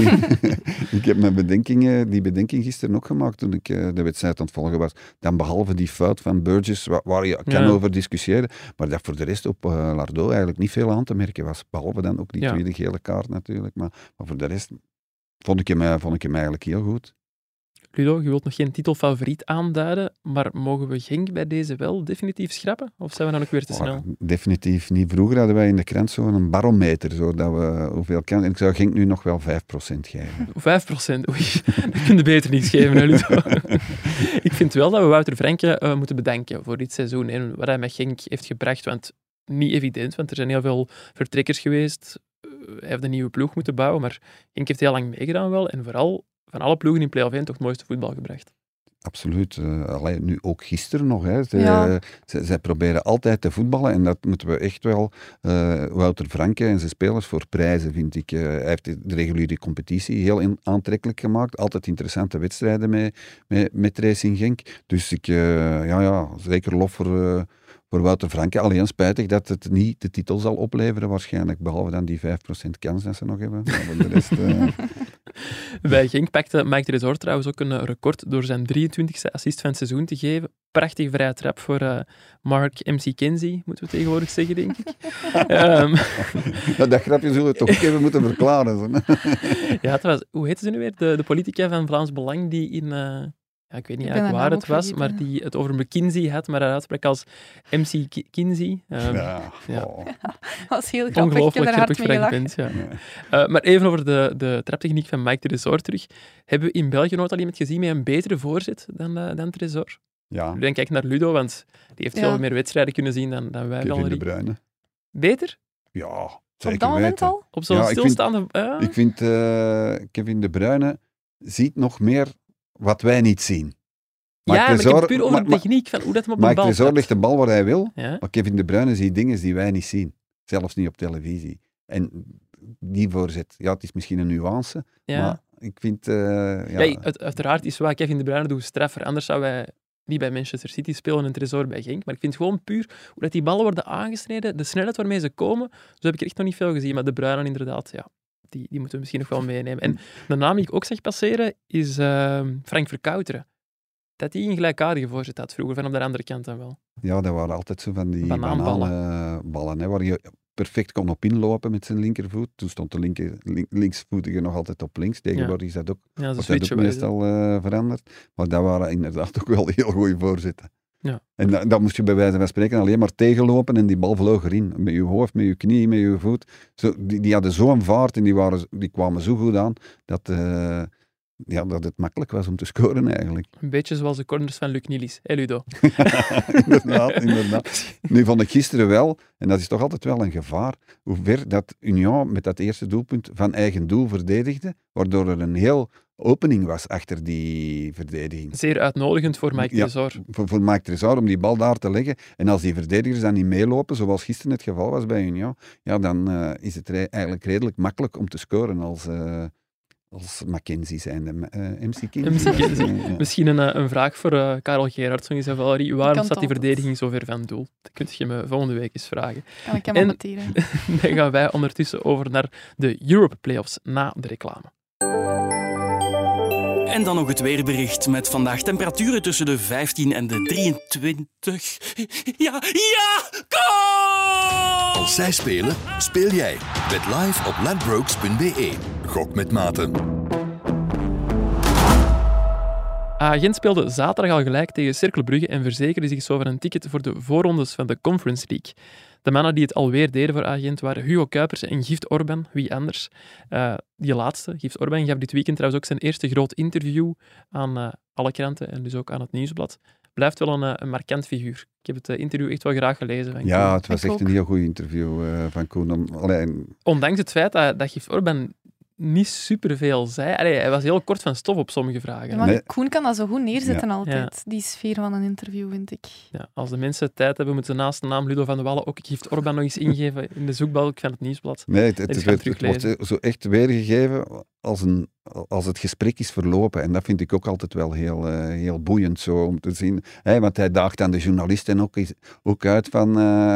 Ik heb mijn bedenking gisteren ook gemaakt toen ik de wedstrijd aan het volgen was. Dan behalve die fout van Burgess, waar je kan over discussiëren, maar dat voor de rest op Lardo eigenlijk niet veel aan te merken was. Behalve dan ook die tweede gele kaart natuurlijk. Maar voor de rest vond ik hem eigenlijk heel goed. Ludo, je wilt nog geen titelfavoriet aanduiden, maar mogen we Genk bij deze wel definitief schrappen? Of zijn we dan ook weer te snel? Definitief niet. Vroeger hadden wij in de krant zo'n barometer, zodat we hoeveel kan. En ik zou Genk nu nog wel 5% geven. 5%? Oei, dat kun je beter niet geven, hè, Ludo. Ik vind wel dat we Wouter Franke moeten bedanken voor dit seizoen en wat hij met Genk heeft gebracht, want niet evident, want er zijn heel veel vertrekkers geweest. Hij heeft een nieuwe ploeg moeten bouwen, maar Genk heeft heel lang meegedaan wel en vooral van alle ploegen in play-off 1 toch het mooiste voetbal gebracht. Absoluut. Nu ook gisteren nog. Hè. Zij proberen altijd te voetballen en dat moeten we echt wel Wouter Franke en zijn spelers voor prijzen, vind ik. Hij heeft de reguliere competitie heel aantrekkelijk gemaakt. Altijd interessante wedstrijden met Racing Genk. Dus ik, zeker lof voor Wouter Franke. Alleen spijtig dat het niet de titel zal opleveren waarschijnlijk, behalve dan die 5% kans dat ze nog hebben. Maar voor de rest... Bij Genk pakte Mike de Resort trouwens ook een record door zijn 23e assist van het seizoen te geven. Prachtige vrije trap voor Mark MC Kenzie, moeten we tegenwoordig zeggen, denk ik. Dat grapje zullen we toch ook even moeten verklaren. Ja, het was, hoe heette ze nu weer? De politica van Vlaams Belang die in... ik weet niet eigenlijk waar het was, maar die het over McKinsey had, maar hij uitsprak als MC Kinsey. Dat was heel grappig. Ongelooflijk grappig fragment, ja. Maar even over de traptechniek van Mike Tresor terug. Hebben we in België nooit al iemand gezien met een betere voorzet dan Tresor? Ja. Dan kijk naar Ludo, want die heeft veel meer wedstrijden kunnen zien dan wij. Kevin De Bruyne. Beter? Ja, zeker op dat moment al? Op zo'n stilstaande... Ik vind Kevin De Bruyne ziet nog meer wat wij niet zien. Maar ik heb het puur over de techniek, van hoe dat hem op een bal Tresor legt de bal waar hij wil, ja. maar Kevin De Bruyne ziet dingen die wij niet zien. Zelfs niet op televisie. En die voorzet, ja, het is misschien een nuance, maar ik vind... Uiteraard is wat Kevin De Bruyne doet straffer, anders zouden wij niet bij Manchester City spelen en Tresor bij Genk. Maar ik vind gewoon puur hoe dat die ballen worden aangesneden, de snelheid waarmee ze komen, zo heb ik er echt nog niet veel gezien. Maar De Bruyne inderdaad, ja, die moeten we misschien nog wel meenemen. En de naam die ik ook zag passeren is Frank Verkouteren. Dat hij een gelijkaardige voorzet had vroeger, van op de andere kant dan wel. Ja, dat waren altijd zo van die Banaanballen. ballen, hè, waar je perfect kon op inlopen met zijn linkervoet. Toen stond de linksvoetige nog altijd op links. Tegenwoordig is dat ook, ja, wordt dat ook meestal veranderd. Maar dat waren inderdaad ook wel heel goede voorzetten. Ja. En dan moest je bij wijze van spreken alleen maar tegenlopen en die bal vloog erin. Met je hoofd, met je knie, met je voet. Die hadden zo'n vaart en die kwamen zo goed aan dat het makkelijk was om te scoren eigenlijk. Een beetje zoals de corners van Luc Nielis. Hé, Ludo? inderdaad. Nu vond ik gisteren wel, en dat is toch altijd wel een gevaar, hoe ver dat Union met dat eerste doelpunt van eigen doel verdedigde, waardoor er een heel opening was achter die verdediging. Zeer uitnodigend voor Mike Tresor. Voor Mike Tresor om die bal daar te leggen. En als die verdedigers dan niet meelopen, zoals gisteren het geval was bij Union, ja, dan is het eigenlijk redelijk makkelijk om te scoren als Mackenzie zijn, MC Kinsey. Ja. Misschien een vraag voor Karel Gerards van Valerie. Waarom staat die verdediging zo ver van doel? Dat kun je me volgende week eens vragen. Kan ik hem noteren. Dan gaan wij ondertussen over naar de Europe Playoffs na de reclame. En dan nog het weerbericht met vandaag temperaturen tussen de 15 en de 23. Ja, goal! Als zij spelen, speel jij. Bet live op ladbrokes.be. Gok met mate. Gent speelde zaterdag al gelijk tegen Cercle Brugge en verzekerde zich zo van een ticket voor de voorrondes van de Conference League. De mannen die het alweer deden voor Gent waren Hugo Kuipers en Gift Orban, wie anders. Die laatste, Gift Orban, gaf dit weekend trouwens ook zijn eerste groot interview aan alle kranten en dus ook aan het Nieuwsblad. Blijft wel een markant figuur. Ik heb het interview echt wel graag gelezen van Koen. Ja, het was echt een heel goed interview van Koen. Ondanks het feit dat Gift Orban niet superveel zei. Hij was heel kort van stof op sommige vragen. Ja, maar Koen kan dat zo goed neerzetten altijd, die sfeer van een interview, vind ik. Ja, als de mensen tijd hebben, moeten ze naast de naam Ludo van de Wallen ook Gift Orban nog eens ingeven in de zoekbalk van het Nieuwsblad. Nee, het wordt zo echt weergegeven als het gesprek is verlopen. En dat vind ik ook altijd wel heel boeiend zo om te zien. Want hij daagt aan de journalisten ook uit van...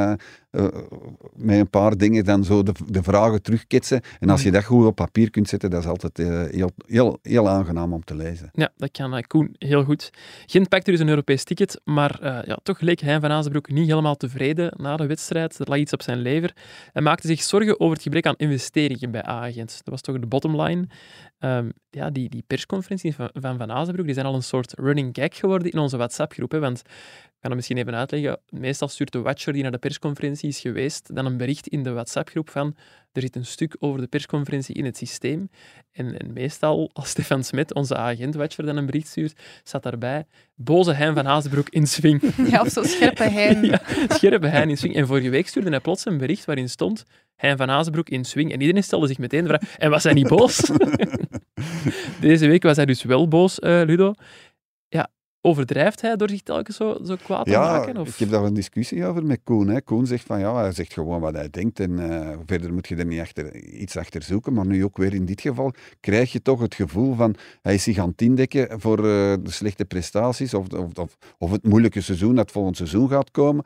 met een paar dingen dan zo de vragen terugketsen. En als je dat goed op papier kunt zetten, dat is altijd heel aangenaam om te lezen. Ja, dat kan Koen heel goed. Gent pakte dus een Europees ticket, maar toch leek Hein van Azenbroek niet helemaal tevreden na de wedstrijd. Er lag iets op zijn lever. Hij maakte zich zorgen over het gebrek aan investeringen bij Gent. Dat was toch de bottomline. Die persconferenties van Azenbroek, die zijn al een soort running gag geworden in onze WhatsApp-groep. Want ik kan het misschien even uitleggen. Meestal stuurt de watcher die naar de persconferentie is geweest dan een bericht in de WhatsApp-groep van er zit een stuk over de persconferentie in het systeem. En meestal, als Stefan Smet, onze agent-watcher, dan een bericht stuurt, staat daarbij boze Hein van Azenbroek in swing. Ja, of zo scherpe Hein. Ja, scherpe Hein in swing. En vorige week stuurde hij plots een bericht waarin stond Hein van Azenbroek in swing. En iedereen stelde zich meteen de vraag, en was hij niet boos? Deze week was hij dus wel boos, Ludo. Overdrijft hij door zich telkens zo kwaad te maken? Of? Ik heb daar een discussie over met Koen. Hè. Koen zegt hij zegt gewoon wat hij denkt en verder moet je er niet iets achter zoeken. Maar nu ook weer in dit geval krijg je toch het gevoel van hij is zich aan het indekken voor de slechte prestaties of het moeilijke seizoen dat volgend seizoen gaat komen.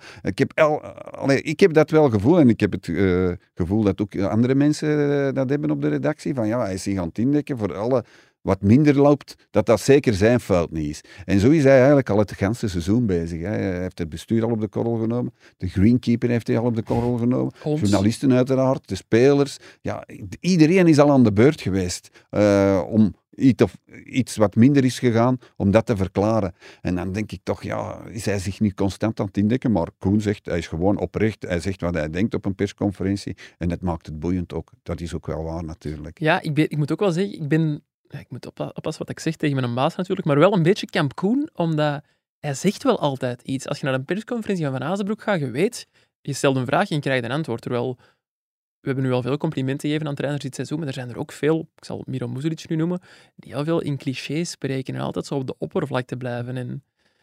Ik heb dat wel gevoel en ik heb het gevoel dat ook andere mensen dat hebben op de redactie. Van hij is zich aan het indekken voor alle... wat minder loopt, dat zeker zijn fout niet is. En zo is hij eigenlijk al het hele seizoen bezig. Hè. Hij heeft het bestuur al op de korrel genomen. De greenkeeper heeft hij al op de korrel genomen. Journalisten uiteraard, de spelers. Ja, iedereen is al aan de beurt geweest om iets wat minder is gegaan, om dat te verklaren. En dan denk ik toch, is hij zich niet constant aan het indekken? Maar Koen zegt, hij is gewoon oprecht. Hij zegt wat hij denkt op een persconferentie. En dat maakt het boeiend ook. Dat is ook wel waar natuurlijk. Ja, ik moet ook wel zeggen, ik moet oppassen wat ik zeg tegen mijn baas natuurlijk, maar wel een beetje Kamp Koen, omdat hij zegt wel altijd iets. Als je naar een persconferentie van Azenbroek gaat, je stelt een vraag en je krijgt een antwoord. Terwijl, we hebben nu al veel complimenten gegeven aan trainers dit seizoen, maar er zijn er ook veel, ik zal Miro Mužurić nu noemen, die heel veel in clichés spreken en altijd zo op de oppervlakte blijven. En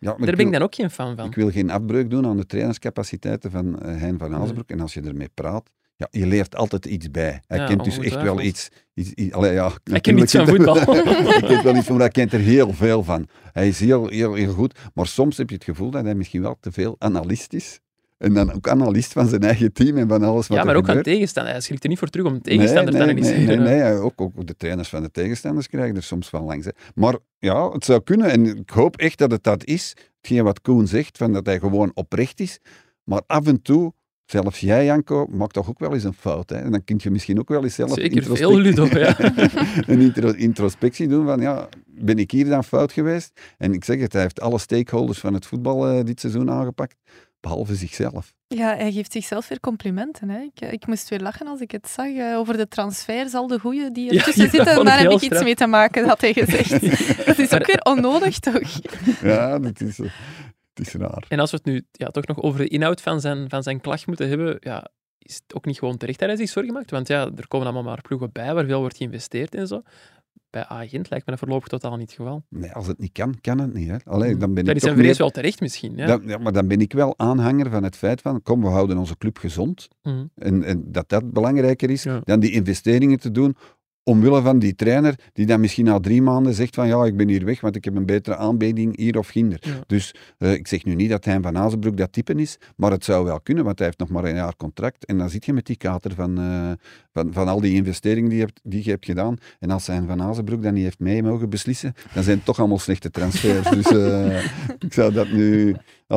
Ja, Daar ben ik dan ook geen fan van. Ik wil geen afbreuk doen aan de trainerscapaciteiten van Hein van Azenbroek. En als je ermee praat, ja, je leert altijd iets bij. Hij kent dus echt wel iets. Hij kent iets van voetbal. Hij kent wel iets van, hij kent er heel veel van. Hij is heel goed. Maar soms heb je het gevoel dat hij misschien wel te veel analist is. En dan ook analist van zijn eigen team en van alles wat Ja, maar er ook van gebeurt. tegenstander. Hij schrikt er niet voor terug om tegenstander te analyseren. Nee. Ook de trainers van de tegenstanders krijgen er soms wel langs. Hè. Maar ja, het zou kunnen. En ik hoop echt dat het dat is. Hetgeen wat Koen zegt, van dat hij gewoon oprecht is. Maar af en toe, zelfs jij, Janko, maakt toch ook wel eens een fout. Hè. En dan kun je misschien ook wel eens zelf Zeker veel, Ludo, ja. een introspectie doen van, ja, ben ik hier dan fout geweest? En ik zeg het, hij heeft alle stakeholders van het voetbal dit seizoen aangepakt, behalve zichzelf. Ja, hij geeft zichzelf weer complimenten. Hè. Ik moest weer lachen als ik het zag over de transfers, al de goeie die ertussen zitten. Daar heb ik iets mee te maken, had hij gezegd. Dat is ook weer onnodig, toch? Ja, dat is... Het is raar. En als we het nu toch nog over de inhoud van zijn klacht moeten hebben, is het ook niet gewoon terecht dat hij zich zorgen maakt? Want er komen allemaal maar ploegen bij waar veel wordt geïnvesteerd en zo. Bij Agent lijkt me dat voorlopig totaal niet het geval. Nee, als het niet kan, kan het niet. Hè. Allee, dan ben dat is een vrees wel terecht misschien. Ja. Maar dan ben ik wel aanhanger van het feit van, kom, we houden onze club gezond. En dat belangrijker is dan die investeringen te doen omwille van die trainer die dan misschien na 3 maanden zegt van ja, ik ben hier weg, want ik heb een betere aanbieding hier of ginder. Ja. Dus ik zeg nu niet dat Hein van Azenbroek dat type is, maar het zou wel kunnen, want hij heeft nog maar 1 jaar contract en dan zit je met die kater van al die investeringen die je hebt gedaan. En als Hein van Azenbroek dat niet heeft mee mogen beslissen, dan zijn het toch allemaal slechte transfers. Dus ik zou dat nu...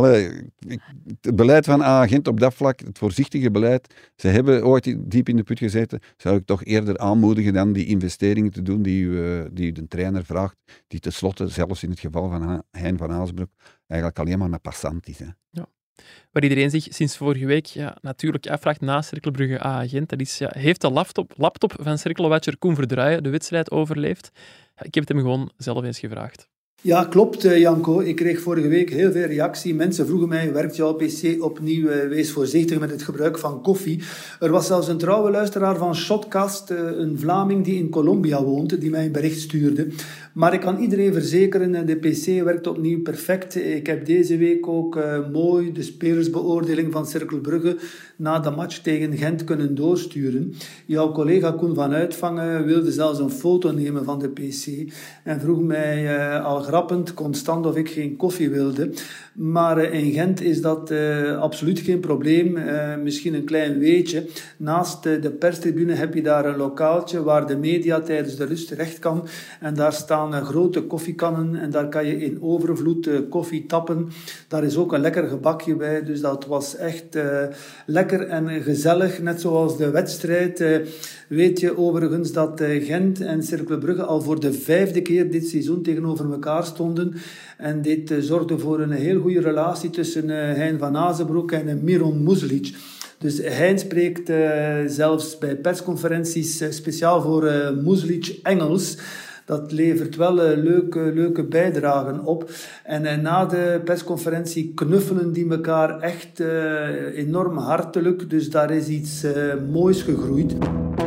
het beleid van Agent op dat vlak, het voorzichtige beleid, ze hebben ooit diep in de put gezeten, zou ik toch eerder aanmoedigen dan die investeringen te doen die de trainer vraagt, die tenslotte, zelfs in het geval van Hein van Azenbroek, eigenlijk alleen maar een passant is. Hè. Ja. Waar iedereen zich sinds vorige week natuurlijk afvraagt na Cercle Brugge Agent, dat is, heeft de laptop van Cercle-watcher Koen Verdraaien de wedstrijd overleefd? Ik heb het hem gewoon zelf eens gevraagd. Ja, klopt, Janko. Ik kreeg vorige week heel veel reactie. Mensen vroegen mij, werkt jouw PC opnieuw? Wees voorzichtig met het gebruik van koffie. Er was zelfs een trouwe luisteraar van Shotcast, een Vlaming die in Colombia woont, die mij een bericht stuurde. Maar ik kan iedereen verzekeren, de PC werkt opnieuw perfect. Ik heb deze week ook mooi de spelersbeoordeling van Cercle Brugge na de match tegen Gent kunnen doorsturen. Jouw collega Koen van Uitvangen wilde zelfs een foto nemen van de PC en vroeg mij al grappend constant of ik geen koffie wilde. Maar in Gent is dat absoluut geen probleem. Misschien een klein weetje. Naast de perstribune heb je daar een lokaaltje waar de media tijdens de rust terecht kan. En daar staan grote koffiekannen en daar kan je in overvloed koffie tappen. Daar is ook een lekker gebakje bij. Dus dat was echt lekker en gezellig. Net zoals de wedstrijd. Weet je overigens dat Gent en Cercle Brugge al voor de 5e keer dit seizoen tegenover elkaar stonden. En dit zorgde voor een heel goede relatie tussen Hein van Azenbroek en Miron Muzlic. Dus Hein spreekt zelfs bij persconferenties speciaal voor Muzlic Engels. Dat levert wel leuke bijdragen op. En na de persconferentie knuffelen die elkaar echt enorm hartelijk. Dus daar is iets moois gegroeid.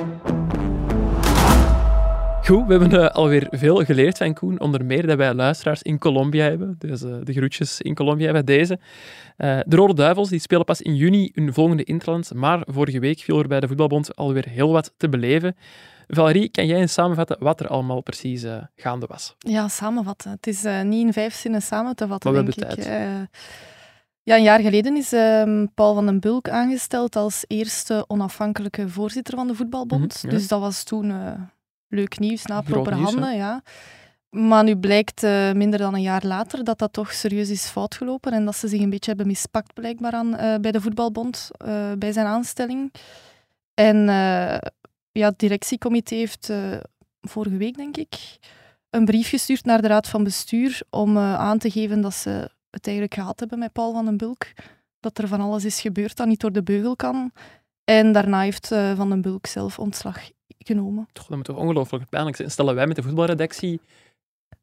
Goed, we hebben alweer veel geleerd van Koen. Onder meer dat wij luisteraars in Colombia hebben. Dus de groetjes in Colombia hebben deze. De Rode Duivels die spelen pas in juni hun volgende interland. Maar vorige week viel er bij de Voetbalbond alweer heel wat te beleven. Valerie, kan jij eens samenvatten wat er allemaal precies gaande was? Ja, samenvatten. Het is niet in 5 zinnen samen te vatten, maar denk ik. Tijd. Een jaar geleden is Paul van den Bulk aangesteld als eerste onafhankelijke voorzitter van de Voetbalbond. Ja. Dus dat was toen leuk nieuws na proper nieuws, handen. Ja. Maar nu blijkt minder dan een jaar later dat dat toch serieus is fout gelopen en dat ze zich een beetje hebben mispakt blijkbaar bij de Voetbalbond, bij zijn aanstelling. En het directiecomité heeft vorige week, denk ik, een brief gestuurd naar de Raad van Bestuur om aan te geven dat ze het eigenlijk gehad hebben met Paul van den Bulk. Dat er van alles is gebeurd dat niet door de beugel kan. En daarna heeft Van den Bulk zelf ontslag genomen. Toch, dat moet toch ongelooflijk pijnlijk zijn. Stellen wij met de voetbalredactie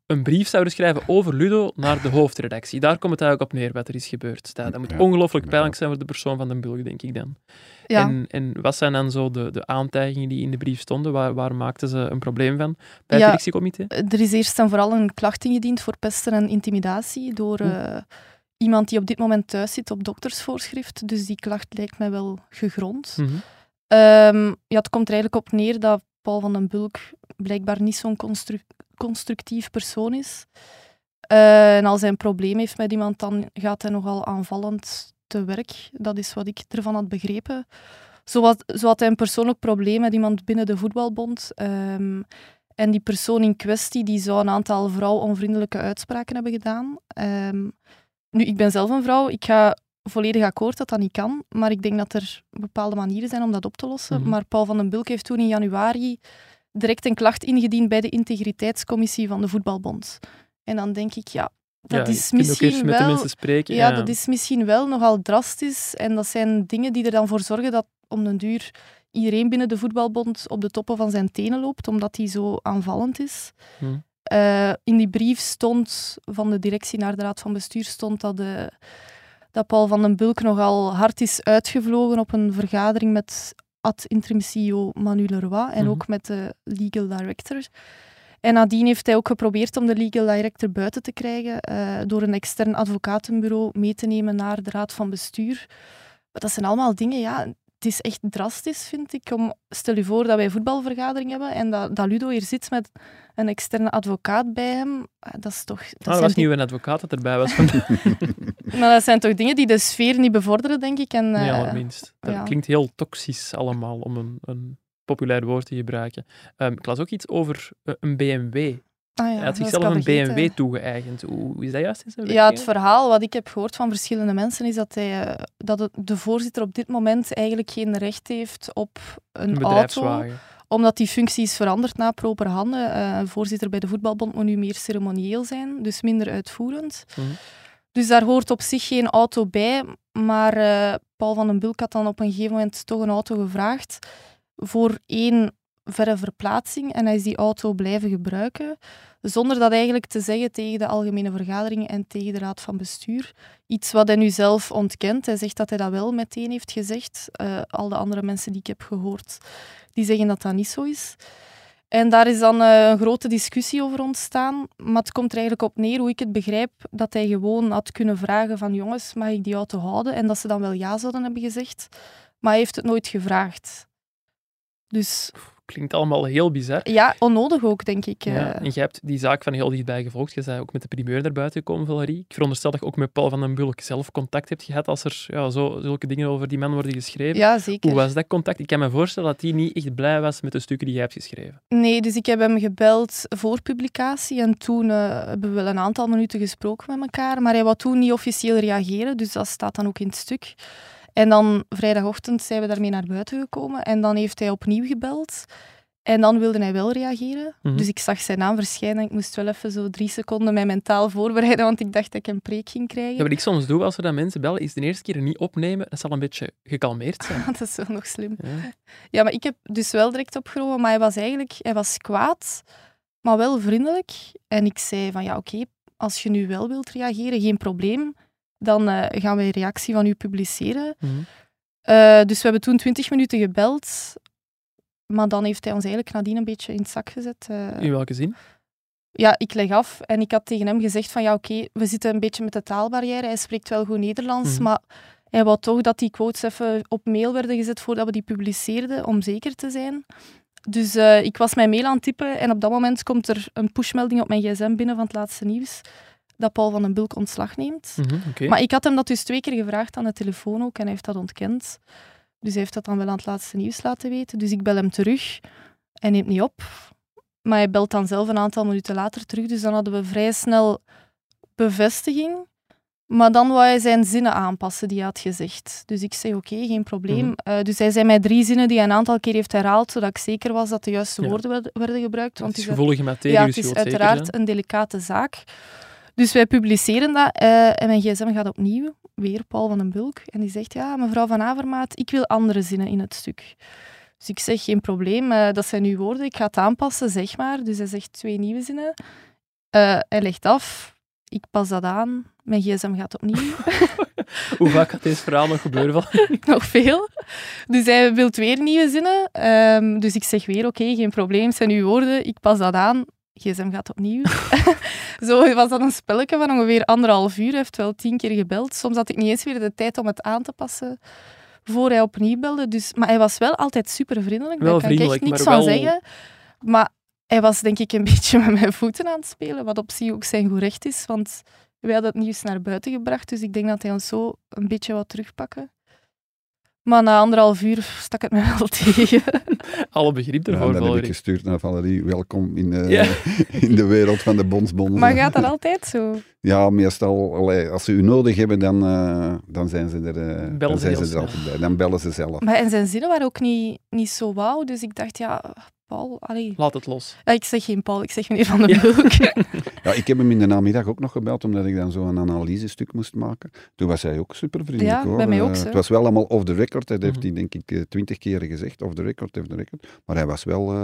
een brief zouden schrijven over Ludo naar de hoofdredactie. Daar komt het eigenlijk op neer wat er is gebeurd. Dat moet ongelooflijk pijnlijk zijn voor de persoon van den Bulk, denk ik dan. Ja. En wat zijn dan zo de aantijgingen die in de brief stonden? Waar maakten ze een probleem van bij het directiecomité? Er is eerst en vooral een klacht ingediend voor pesten en intimidatie door iemand die op dit moment thuis zit op doktersvoorschrift. Dus die klacht lijkt mij wel gegrond. Mm-hmm. Het komt er eigenlijk op neer dat Paul van den Bulk blijkbaar niet zo'n constructief persoon is. En als hij een probleem heeft met iemand, dan gaat hij nogal aanvallend te werk. Dat is wat ik ervan had begrepen. Zo had hij een persoonlijk probleem met iemand binnen de voetbalbond. En die persoon in kwestie die zou een aantal vrouwonvriendelijke uitspraken hebben gedaan. Nu, ik ben zelf een vrouw. Ik ga volledig akkoord dat dat niet kan. Maar ik denk dat er bepaalde manieren zijn om dat op te lossen. Mm-hmm. Maar Paul van den Bulk heeft toen in januari direct een klacht ingediend bij de integriteitscommissie van de voetbalbond. En dan denk ik, dat is misschien met de mensen spreken. Ja, dat is misschien wel nogal drastisch. En dat zijn dingen die er dan voor zorgen dat om den duur iedereen binnen de voetbalbond op de toppen van zijn tenen loopt, omdat die zo aanvallend is. In die brief stond, van de directie naar de raad van bestuur, stond dat Paul van den Bulk nogal hard is uitgevlogen op een vergadering met ad interim CEO Manu Leroy en ook met de legal director. En nadien heeft hij ook geprobeerd om de legal director buiten te krijgen door een extern advocatenbureau mee te nemen naar de raad van bestuur. Maar dat zijn allemaal dingen, het is echt drastisch, vind ik. Stel je voor dat wij een voetbalvergadering hebben en dat Ludo hier zit met een externe advocaat bij hem. Dat is toch... Dat was niet een advocaat dat erbij was. Maar dat zijn toch dingen die de sfeer niet bevorderen, denk ik. En, nee, allerminst. Dat klinkt heel toxisch allemaal, om een populair woord te gebruiken. Ik las ook iets over een BMW. Hij had zichzelf een BMW toegeëigend. Hoe is dat juist? Het verhaal wat ik heb gehoord van verschillende mensen is dat de voorzitter op dit moment eigenlijk geen recht heeft op een auto, omdat die functie is veranderd na proper handen. Voorzitter bij de voetbalbond moet nu meer ceremonieel zijn, dus minder uitvoerend. Dus daar hoort op zich geen auto bij, maar Paul van den Bulk had dan op een gegeven moment toch een auto gevraagd voor 1 verre verplaatsing en hij is die auto blijven gebruiken, zonder dat eigenlijk te zeggen tegen de algemene vergadering en tegen de raad van bestuur. Iets wat hij nu zelf ontkent. Hij zegt dat hij dat wel meteen heeft gezegd. Al de andere mensen die ik heb gehoord, die zeggen dat dat niet zo is. En daar is dan een grote discussie over ontstaan. Maar het komt er eigenlijk op neer, hoe ik het begrijp, dat hij gewoon had kunnen vragen van jongens, mag ik die auto houden? En dat ze dan wel ja zouden hebben gezegd. Maar hij heeft het nooit gevraagd. Dus... Klinkt allemaal heel bizar. Ja, onnodig ook, denk ik. Ja, en jij hebt die zaak van heel dichtbij gevolgd. Je bent ook met de primeur naar buiten gekomen, Valerie. Ik veronderstel dat je ook met Paul van den Bulk zelf contact hebt gehad als er zulke dingen over die man worden geschreven. Ja, zeker. Hoe was dat contact? Ik kan me voorstellen dat hij niet echt blij was met de stukken die jij hebt geschreven. Nee, dus ik heb hem gebeld voor publicatie en toen hebben we wel een aantal minuten gesproken met elkaar, maar hij wou toen niet officieel reageren, dus dat staat dan ook in het stuk. En dan vrijdagochtend zijn we daarmee naar buiten gekomen en dan heeft hij opnieuw gebeld. En dan wilde hij wel reageren. Dus ik zag zijn naam verschijnen en ik moest wel even zo 3 seconden mij mentaal voorbereiden, want ik dacht dat ik een preek ging krijgen. Ja, wat ik soms doe als er dan mensen bellen, is de eerste keer niet opnemen. Dat zal een beetje gekalmeerd zijn. Dat is wel nog slim. Ja, maar ik heb dus wel direct opgenomen, maar hij was kwaad, maar wel vriendelijk. En ik zei van oké, als je nu wel wilt reageren, geen probleem. Dan gaan wij een reactie van u publiceren. Dus we hebben toen 20 minuten gebeld. Maar dan heeft hij ons eigenlijk nadien een beetje in het zak gezet. In welke zin? Ja, ik leg af en ik had tegen hem gezegd van oké, we zitten een beetje met de taalbarrière. Hij spreekt wel goed Nederlands, maar hij wou toch dat die quotes even op mail werden gezet voordat we die publiceerden, om zeker te zijn. Dus ik was mijn mail aan het typen en op dat moment komt er een pushmelding op mijn gsm binnen van het laatste nieuws dat Paul van den Bulk ontslag neemt. Okay. Maar ik had hem dat dus 2 keer gevraagd aan de telefoon ook en hij heeft dat ontkend. Dus hij heeft dat dan wel aan het laatste nieuws laten weten. Dus ik bel hem terug. Hij neemt niet op. Maar hij belt dan zelf een aantal minuten later terug. Dus dan hadden we vrij snel bevestiging. Maar dan wou hij zijn zinnen aanpassen die hij had gezegd. Dus ik zei oké, geen probleem. Dus hij zei mij 3 zinnen die hij een aantal keer heeft herhaald, zodat ik zeker was dat de juiste woorden werden gebruikt. Want het is gevoelige materie. Ja, het is uiteraard een delicate zaak. Dus wij publiceren dat en mijn gsm gaat opnieuw, weer Paul van den Bulk. En die zegt, mevrouw Van Avermaat, ik wil andere zinnen in het stuk. Dus ik zeg, geen probleem, dat zijn uw woorden, ik ga het aanpassen, zeg maar. Dus hij zegt 2 nieuwe zinnen. Hij legt af, ik pas dat aan, mijn gsm gaat opnieuw. Hoe vaak gaat deze verhaal nog gebeuren? Nog veel. Dus hij wil weer nieuwe zinnen. Dus ik zeg weer, oké, geen probleem, het zijn uw woorden, ik pas dat aan. gsm gaat opnieuw. Zo was dat een spelletje van ongeveer 1,5 uur. Hij heeft wel 10 keer gebeld. Soms had ik niet eens weer de tijd om het aan te passen voor hij opnieuw belde. Dus, maar hij was wel altijd super vriendelijk. Wel Daar kan ik echt vriendelijk, niks maar van wel- zeggen. Maar hij was denk ik een beetje met mijn voeten aan het spelen, wat op zich ook zijn goed recht is. Want wij hadden het nieuws naar buiten gebracht, dus ik denk dat hij ons zo een beetje wat terugpakken. Maar na 1,5 uur stak het me wel tegen. Alle begrip Ja, ervoor, dan heb ik Valerie. gestuurd naar Valerie. Welkom in, Ja. in de wereld van de bondsbonden. Maar gaat dat altijd zo? Ja, meestal, als ze u nodig hebben, dan zijn ze er, Bellen dan ze zijn heel ze er snel. altijd bij. Dan bellen ze zelf. Maar en zijn zinnen waren ook niet zo wauw, dus ik dacht, ja, Paul, allee. Laat het los. Ja, ik zeg geen Paul, ik zeg meneer Van den Broek. Ja, ik heb hem in de namiddag ook nog gebeld, omdat ik dan zo'n analysestuk moest maken. Toen was hij ook super vriendelijk. Ja, hoor. bij mij ook zo. Het was wel allemaal off the record. Dat heeft Mhm. hij denk ik 20 keer gezegd. Off the record. Maar hij was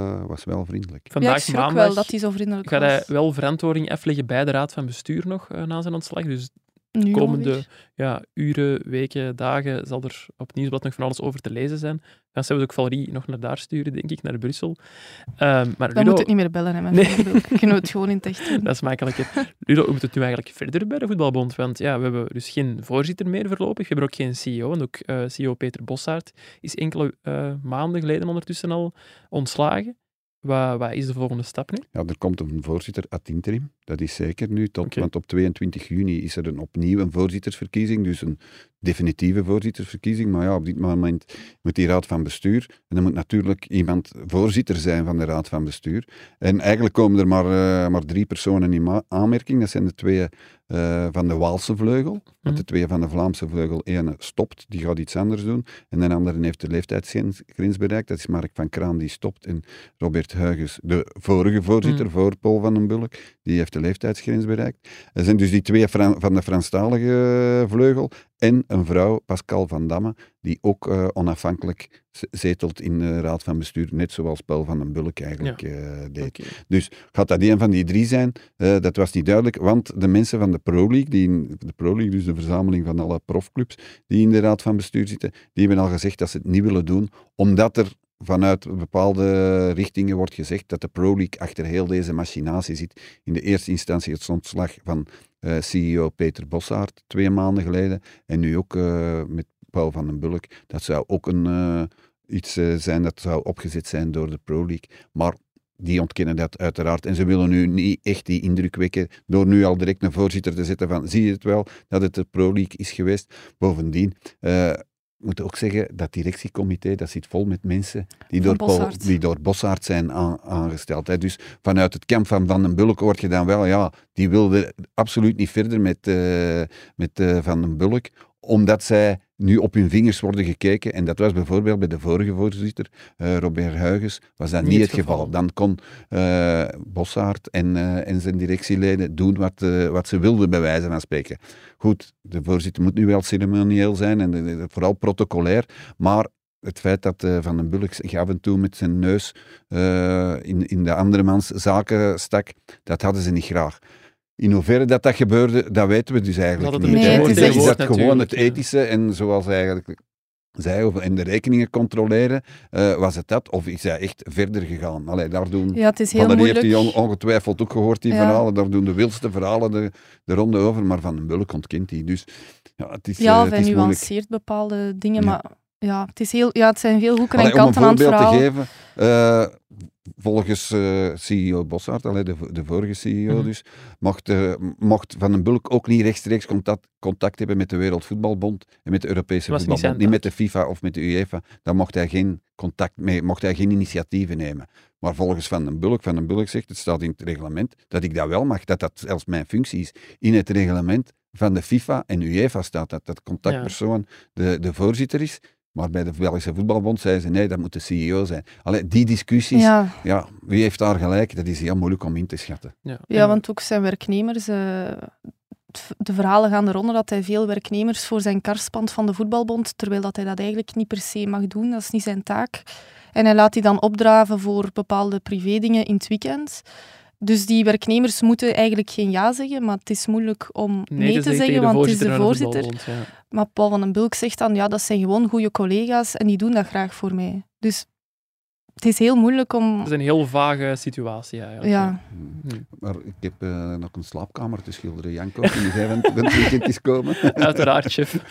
wel vriendelijk. Ja, Vandaag ik schrok maandag wel dat hij zo vriendelijk gaat hij was. wel verantwoording afleggen bij de Raad van Bestuur nog na zijn ontslag. Dus Nu komende uren, weken, dagen zal er op Nieuwsblad nog van alles over te lezen zijn. Dan zullen we ook Valerie nog naar daar sturen, denk ik, naar Brussel. Maar Dan Ludo, moet het niet meer bellen, hè, met Nee. Van den Broek. Kunnen we het gewoon in het echt doen. dat is makkelijker. Ludo, hoe moet het nu eigenlijk verder bij de voetbalbond? Want ja, we hebben dus geen voorzitter meer voorlopig. We hebben ook geen CEO. En ook CEO Peter Bossaert is enkele maanden geleden ondertussen al ontslagen. Wat is de volgende stap nu? Ja, er komt een voorzitter ad interim. Dat is zeker nu. Oké. Want op 22 juni is er opnieuw een voorzittersverkiezing. Dus een definitieve voorzittersverkiezing. Maar ja, op dit moment moet die raad van bestuur. En er moet natuurlijk iemand voorzitter zijn van de raad van bestuur. En eigenlijk komen er maar 3 personen in aanmerking. Dat zijn de 2 van de Waalse vleugel. Want de 2 van de Vlaamse vleugel. Ene stopt, die gaat iets anders doen. En de andere heeft de leeftijdsgrens bereikt. Dat is Mark van Kraan, die stopt. En Robert Huygens, de vorige voorzitter, voor Paul van den Bulk, die heeft de leeftijdsgrens bereikt. Er zijn dus die 2 van de Franstalige vleugel. En een vrouw, Pascal van Damme, die ook onafhankelijk zetelt in de raad van bestuur. Net zoals Paul van den Bulk eigenlijk deed. Oké. Dus gaat dat een van die 3 zijn? Dat was niet duidelijk, want de mensen van de Pro League, de Pro League, dus de verzameling van alle profclubs die in de raad van bestuur zitten, die hebben al gezegd dat ze het niet willen doen, omdat er vanuit bepaalde richtingen wordt gezegd dat de Pro League achter heel deze machinatie zit. In de eerste instantie het ontslag van CEO Peter Bossaert 2 maanden geleden en nu ook met Paul van den Bulk. Dat zou ook iets zijn dat zou opgezet zijn door de Pro League. Maar die ontkennen dat uiteraard. En ze willen nu niet echt die indruk wekken door nu al direct een voorzitter te zetten van zie je het wel, dat het de Pro League is geweest. Bovendien we moeten ook zeggen, dat directiecomité, dat zit vol met mensen die door Bossaert zijn aangesteld. Hè. Dus vanuit het kamp van Van den Bulk hoort je dan wel, ja, die wilden absoluut niet verder met Van den Bulk, omdat zij nu op hun vingers worden gekeken. En dat was bijvoorbeeld bij de vorige voorzitter, Robert Huygens, was dat niet het geval. Dan kon Bossaert en zijn directieleden doen wat ze wilden, bij wijze van spreken. Goed, de voorzitter moet nu wel ceremonieel zijn en vooral protocolair, maar het feit dat Van den Bulk zich af en toe met zijn neus in de andere mans zaken stak, dat hadden ze niet graag. In hoeverre dat gebeurde, dat weten we dus eigenlijk Dat niet. Nee, het is Is echt- dat gewoon het natuurlijk, ethische en zoals eigenlijk zei, en de rekeningen controleren, was het dat? Of is hij echt verder gegaan? Allee, daar doen... Ja, het is heel Valerie moeilijk. heeft die ongetwijfeld ook gehoord, die Ja. verhalen. Daar doen de wildste verhalen de ronde over, maar Van den Bulk ontkent die. Dus ja, het is, Ja, of het hij is moeilijk. nuanceert bepaalde dingen, Ja. maar ja, het zijn veel hoeken en Allee, om een kanten aan het voorbeeld te verhaal. geven, volgens CEO Bossaert, de vorige CEO dus, mocht Van den Bulk ook niet rechtstreeks contact hebben met de Wereldvoetbalbond en met de Europese Dat was niet Voetbalbond. zijn Niet met de FIFA of met de UEFA. Dan mocht hij geen contact mee, mocht hij geen initiatieven nemen. Maar volgens Van den Bulk zegt, het staat in het reglement, dat ik dat wel mag, dat zelfs mijn functie is. In het reglement van de FIFA en UEFA staat dat contactpersoon de voorzitter is. Maar bij de Belgische Voetbalbond zeiden ze, nee, dat moet de CEO zijn. Allee, die discussies, Ja, wie heeft daar gelijk? Dat is heel moeilijk om in te schatten. ja, want ook zijn werknemers... de verhalen gaan de ronde dat hij veel werknemers voor zijn kar spant van de voetbalbond, terwijl dat hij dat eigenlijk niet per se mag doen. Dat is niet zijn taak. En hij laat die dan opdraven voor bepaalde privédingen in het weekend. Dus die werknemers moeten eigenlijk geen ja zeggen, maar het is moeilijk om nee te zeggen, tegen want het is de van de voorzitter. voetbalbond, ja. Maar Paul van den Bulk zegt dan, ja, dat zijn gewoon goede collega's en die doen dat graag voor mij. Dus het is heel moeilijk om... Het is een heel vage situatie eigenlijk. Ja. Maar ik heb nog een slaapkamer te schilderen, Janko. Kun jij van het weekend eens komen? Uiteraard, chef.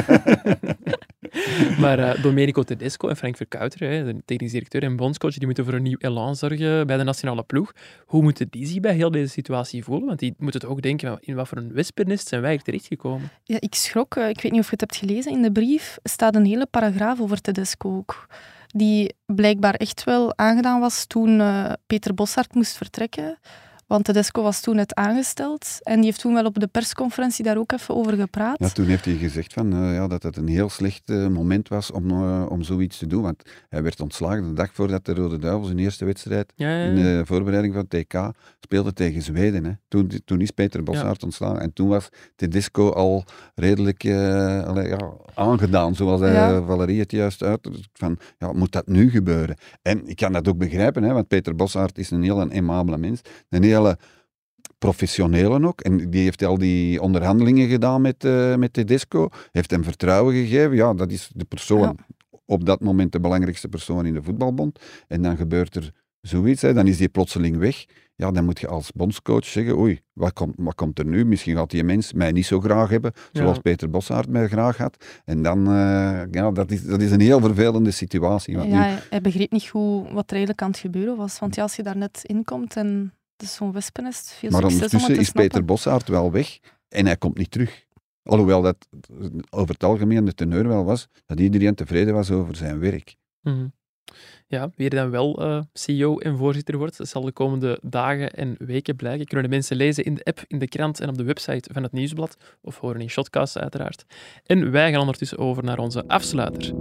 Maar Domenico Tedesco en Frank Verkuijter, de technisch directeur en bondscoach, die moeten voor een nieuw elan zorgen bij de nationale ploeg. Hoe moeten die zich bij heel deze situatie voelen? Want die moeten toch ook denken, in wat voor een wespennest zijn wij hier terechtgekomen? Ja, ik schrok. Ik weet niet of je het hebt gelezen. In de brief staat een hele paragraaf over Tedesco ook. Die blijkbaar echt wel aangedaan was toen Peter Boszhard moest vertrekken. Want Tedesco was toen net aangesteld. En die heeft toen wel op de persconferentie daar ook even over gepraat. Ja, toen heeft hij gezegd dat het een heel slecht moment was om zoiets te doen. Want hij werd ontslagen de dag voordat de Rode Duivels hun eerste wedstrijd in de voorbereiding van het TK speelde tegen Zweden. Hè. Toen is Peter Boszhard ontslagen. En toen was Tedesco al redelijk aangedaan, zoals Valerie het juist uitdrukt. Van, moet dat nu gebeuren? En ik kan dat ook begrijpen, hè, want Peter Boszhard is een heel aimabele mens. Een hele professionele ook. En die heeft al die onderhandelingen gedaan met Tedesco. Heeft hem vertrouwen gegeven. Ja, dat is de persoon, op dat moment de belangrijkste persoon in de voetbalbond. En dan gebeurt er zoiets. Hè. Dan is die plotseling weg. Ja, dan moet je als bondscoach zeggen, oei, wat komt er nu? Misschien gaat die mens mij niet zo graag hebben, zoals Peter Boszhard mij graag had. En dan, dat is een heel vervelende situatie. Hij begreep niet goed wat er eigenlijk aan het gebeuren was. Want als je daar net inkomt en... Dus zo'n wespennest, veel maar succes ondertussen om is Peter Boszhard wel weg en hij komt niet terug. Alhoewel dat over het algemeen de teneur wel was, dat iedereen tevreden was over zijn werk. Mm-hmm. Ja, wie er dan wel CEO en voorzitter wordt, dat zal de komende dagen en weken blijken. Kunnen de mensen lezen in de app, in de krant en op de website van het Nieuwsblad, of horen in Shotcast uiteraard. En wij gaan ondertussen over naar onze afsluiter.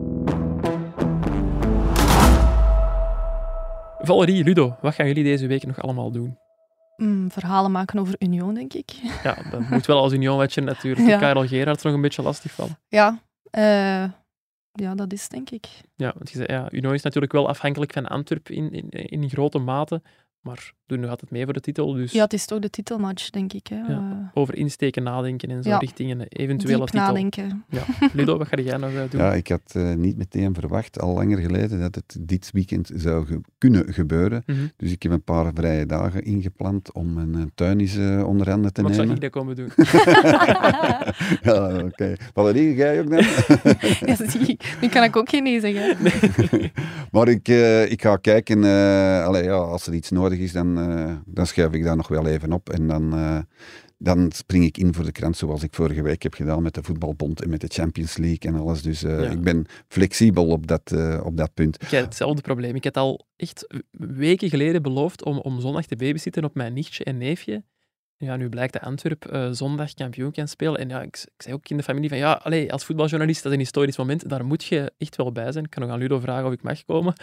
Valerie, Ludo, wat gaan jullie deze week nog allemaal doen? Verhalen maken over Union, denk ik. Ja, dat moet wel als Union-watcher natuurlijk. Ja. Karel Gerhardt nog een beetje lastig van. Ja, dat is denk ik. Ja, want Union is natuurlijk wel afhankelijk van Antwerpen in grote mate, maar doen nog altijd mee voor de titel. Dus... Ja, het is toch de titelmatch, denk ik. Hè. Ja, over insteken nadenken en zo richting een eventuele diep titel. nadenken. Ja. Ludo, wat ga jij nog doen? Ja, ik had niet meteen verwacht, al langer geleden, dat het dit weekend zou kunnen gebeuren. Mm-hmm. Dus ik heb een paar vrije dagen ingepland om een tuin eens onder handen te nemen. Wat zou ik dat komen doen? Ja, oké. Valerie, ga je ook dan? Ja, zie. Nu kan ik ook geen nee zeggen. Nee. Maar ik ga kijken, als er iets nodig is, dan schuif ik daar nog wel even op. En dan spring ik in voor de krant, zoals ik vorige week heb gedaan met de Voetbalbond en met de Champions League en alles. Dus ik ben flexibel op dat punt. Ik heb hetzelfde probleem. Ik had al echt weken geleden beloofd om zondag te babysitten op mijn nichtje en neefje. Ja, nu blijkt dat Antwerp zondag kampioen kan spelen. En ja, ik zei ook in de familie van, als voetbaljournalist, dat is een historisch moment, daar moet je echt wel bij zijn. Ik kan nog aan Ludo vragen of ik mag komen.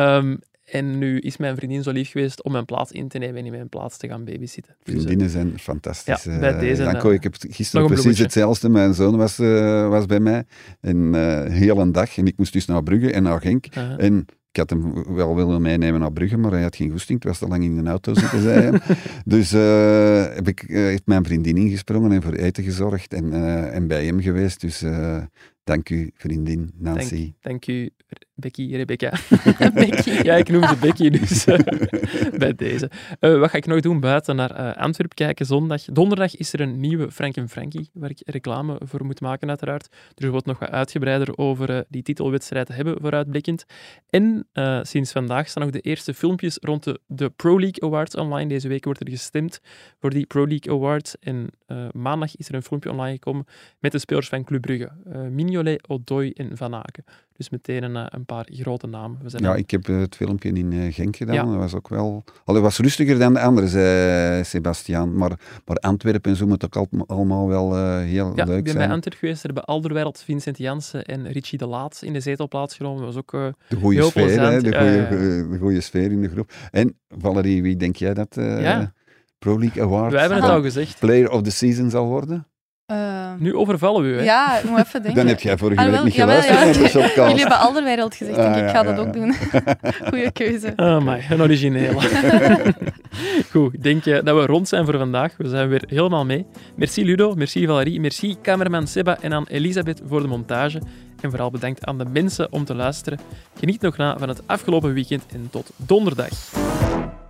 En nu is mijn vriendin zo lief geweest om mijn plaats in te nemen en in mijn plaats te gaan babysitten. Vriendinnen zijn fantastisch. Ja, bij deze. Danko, ik heb gisteren precies hetzelfde. Mijn zoon was bij mij een hele dag. En ik moest dus naar Brugge en naar Genk. Uh-huh. En ik had hem wel willen meenemen naar Brugge, maar hij had geen goesting. Het was te lang in de auto zitten, zei hij. Dus heeft mijn vriendin ingesprongen en voor eten gezorgd en bij hem geweest. Dus dank u, vriendin Nancy. Dank u, Rebecca. Becky. Ja, ik noem ze Becky, dus bij deze. Wat ga ik nog doen? Buiten naar Antwerpen kijken zondag. Donderdag is er een nieuwe Frank en Frankie, waar ik reclame voor moet maken, uiteraard. Dus er wordt nog wat uitgebreider over die titelwedstrijd hebben, vooruitblikkend. En sinds vandaag staan nog de eerste filmpjes rond de Pro League Awards online. Deze week wordt er gestemd voor die Pro League Awards. En maandag is er een filmpje online gekomen met de spelers van Club Brugge. Mignolet, Odoi en Van Aken. Dus meteen een paar grote namen. Ik heb het filmpje in Genk gedaan. Ja. Dat was ook wel... Het was rustiger dan de andere, zei Sebastiaan. Maar Antwerpen en zo moet ook allemaal wel heel leuk zijn. Ja, ik ben bij Antwerpen geweest. Er hebben Alderweireld, Vincent Janssen en Richie de Laat in de zetel plaatsgenomen. Dat was ook de goede sfeer, hè? De goede sfeer in de groep. En Valerie, wie denk jij dat Pro League Award wij hebben het al gezegd. Player of the Season zal worden? Nu overvallen we u, hè? Ja, ik moet even denken. Dan heb jij vorige week wel, niet jawel, geluisterd naar de shotcast. Jullie hebben Alderweireld gezegd, denk ik. Ik ga dat ja. ook doen. Goeie keuze. Amai, een originele. Goed, ik denk dat we rond zijn voor vandaag. We zijn weer helemaal mee. Merci Ludo, merci Valerie, merci cameraman Seba en aan Elisabeth voor de montage. En vooral bedankt aan de mensen om te luisteren. Geniet nog na van het afgelopen weekend en tot donderdag.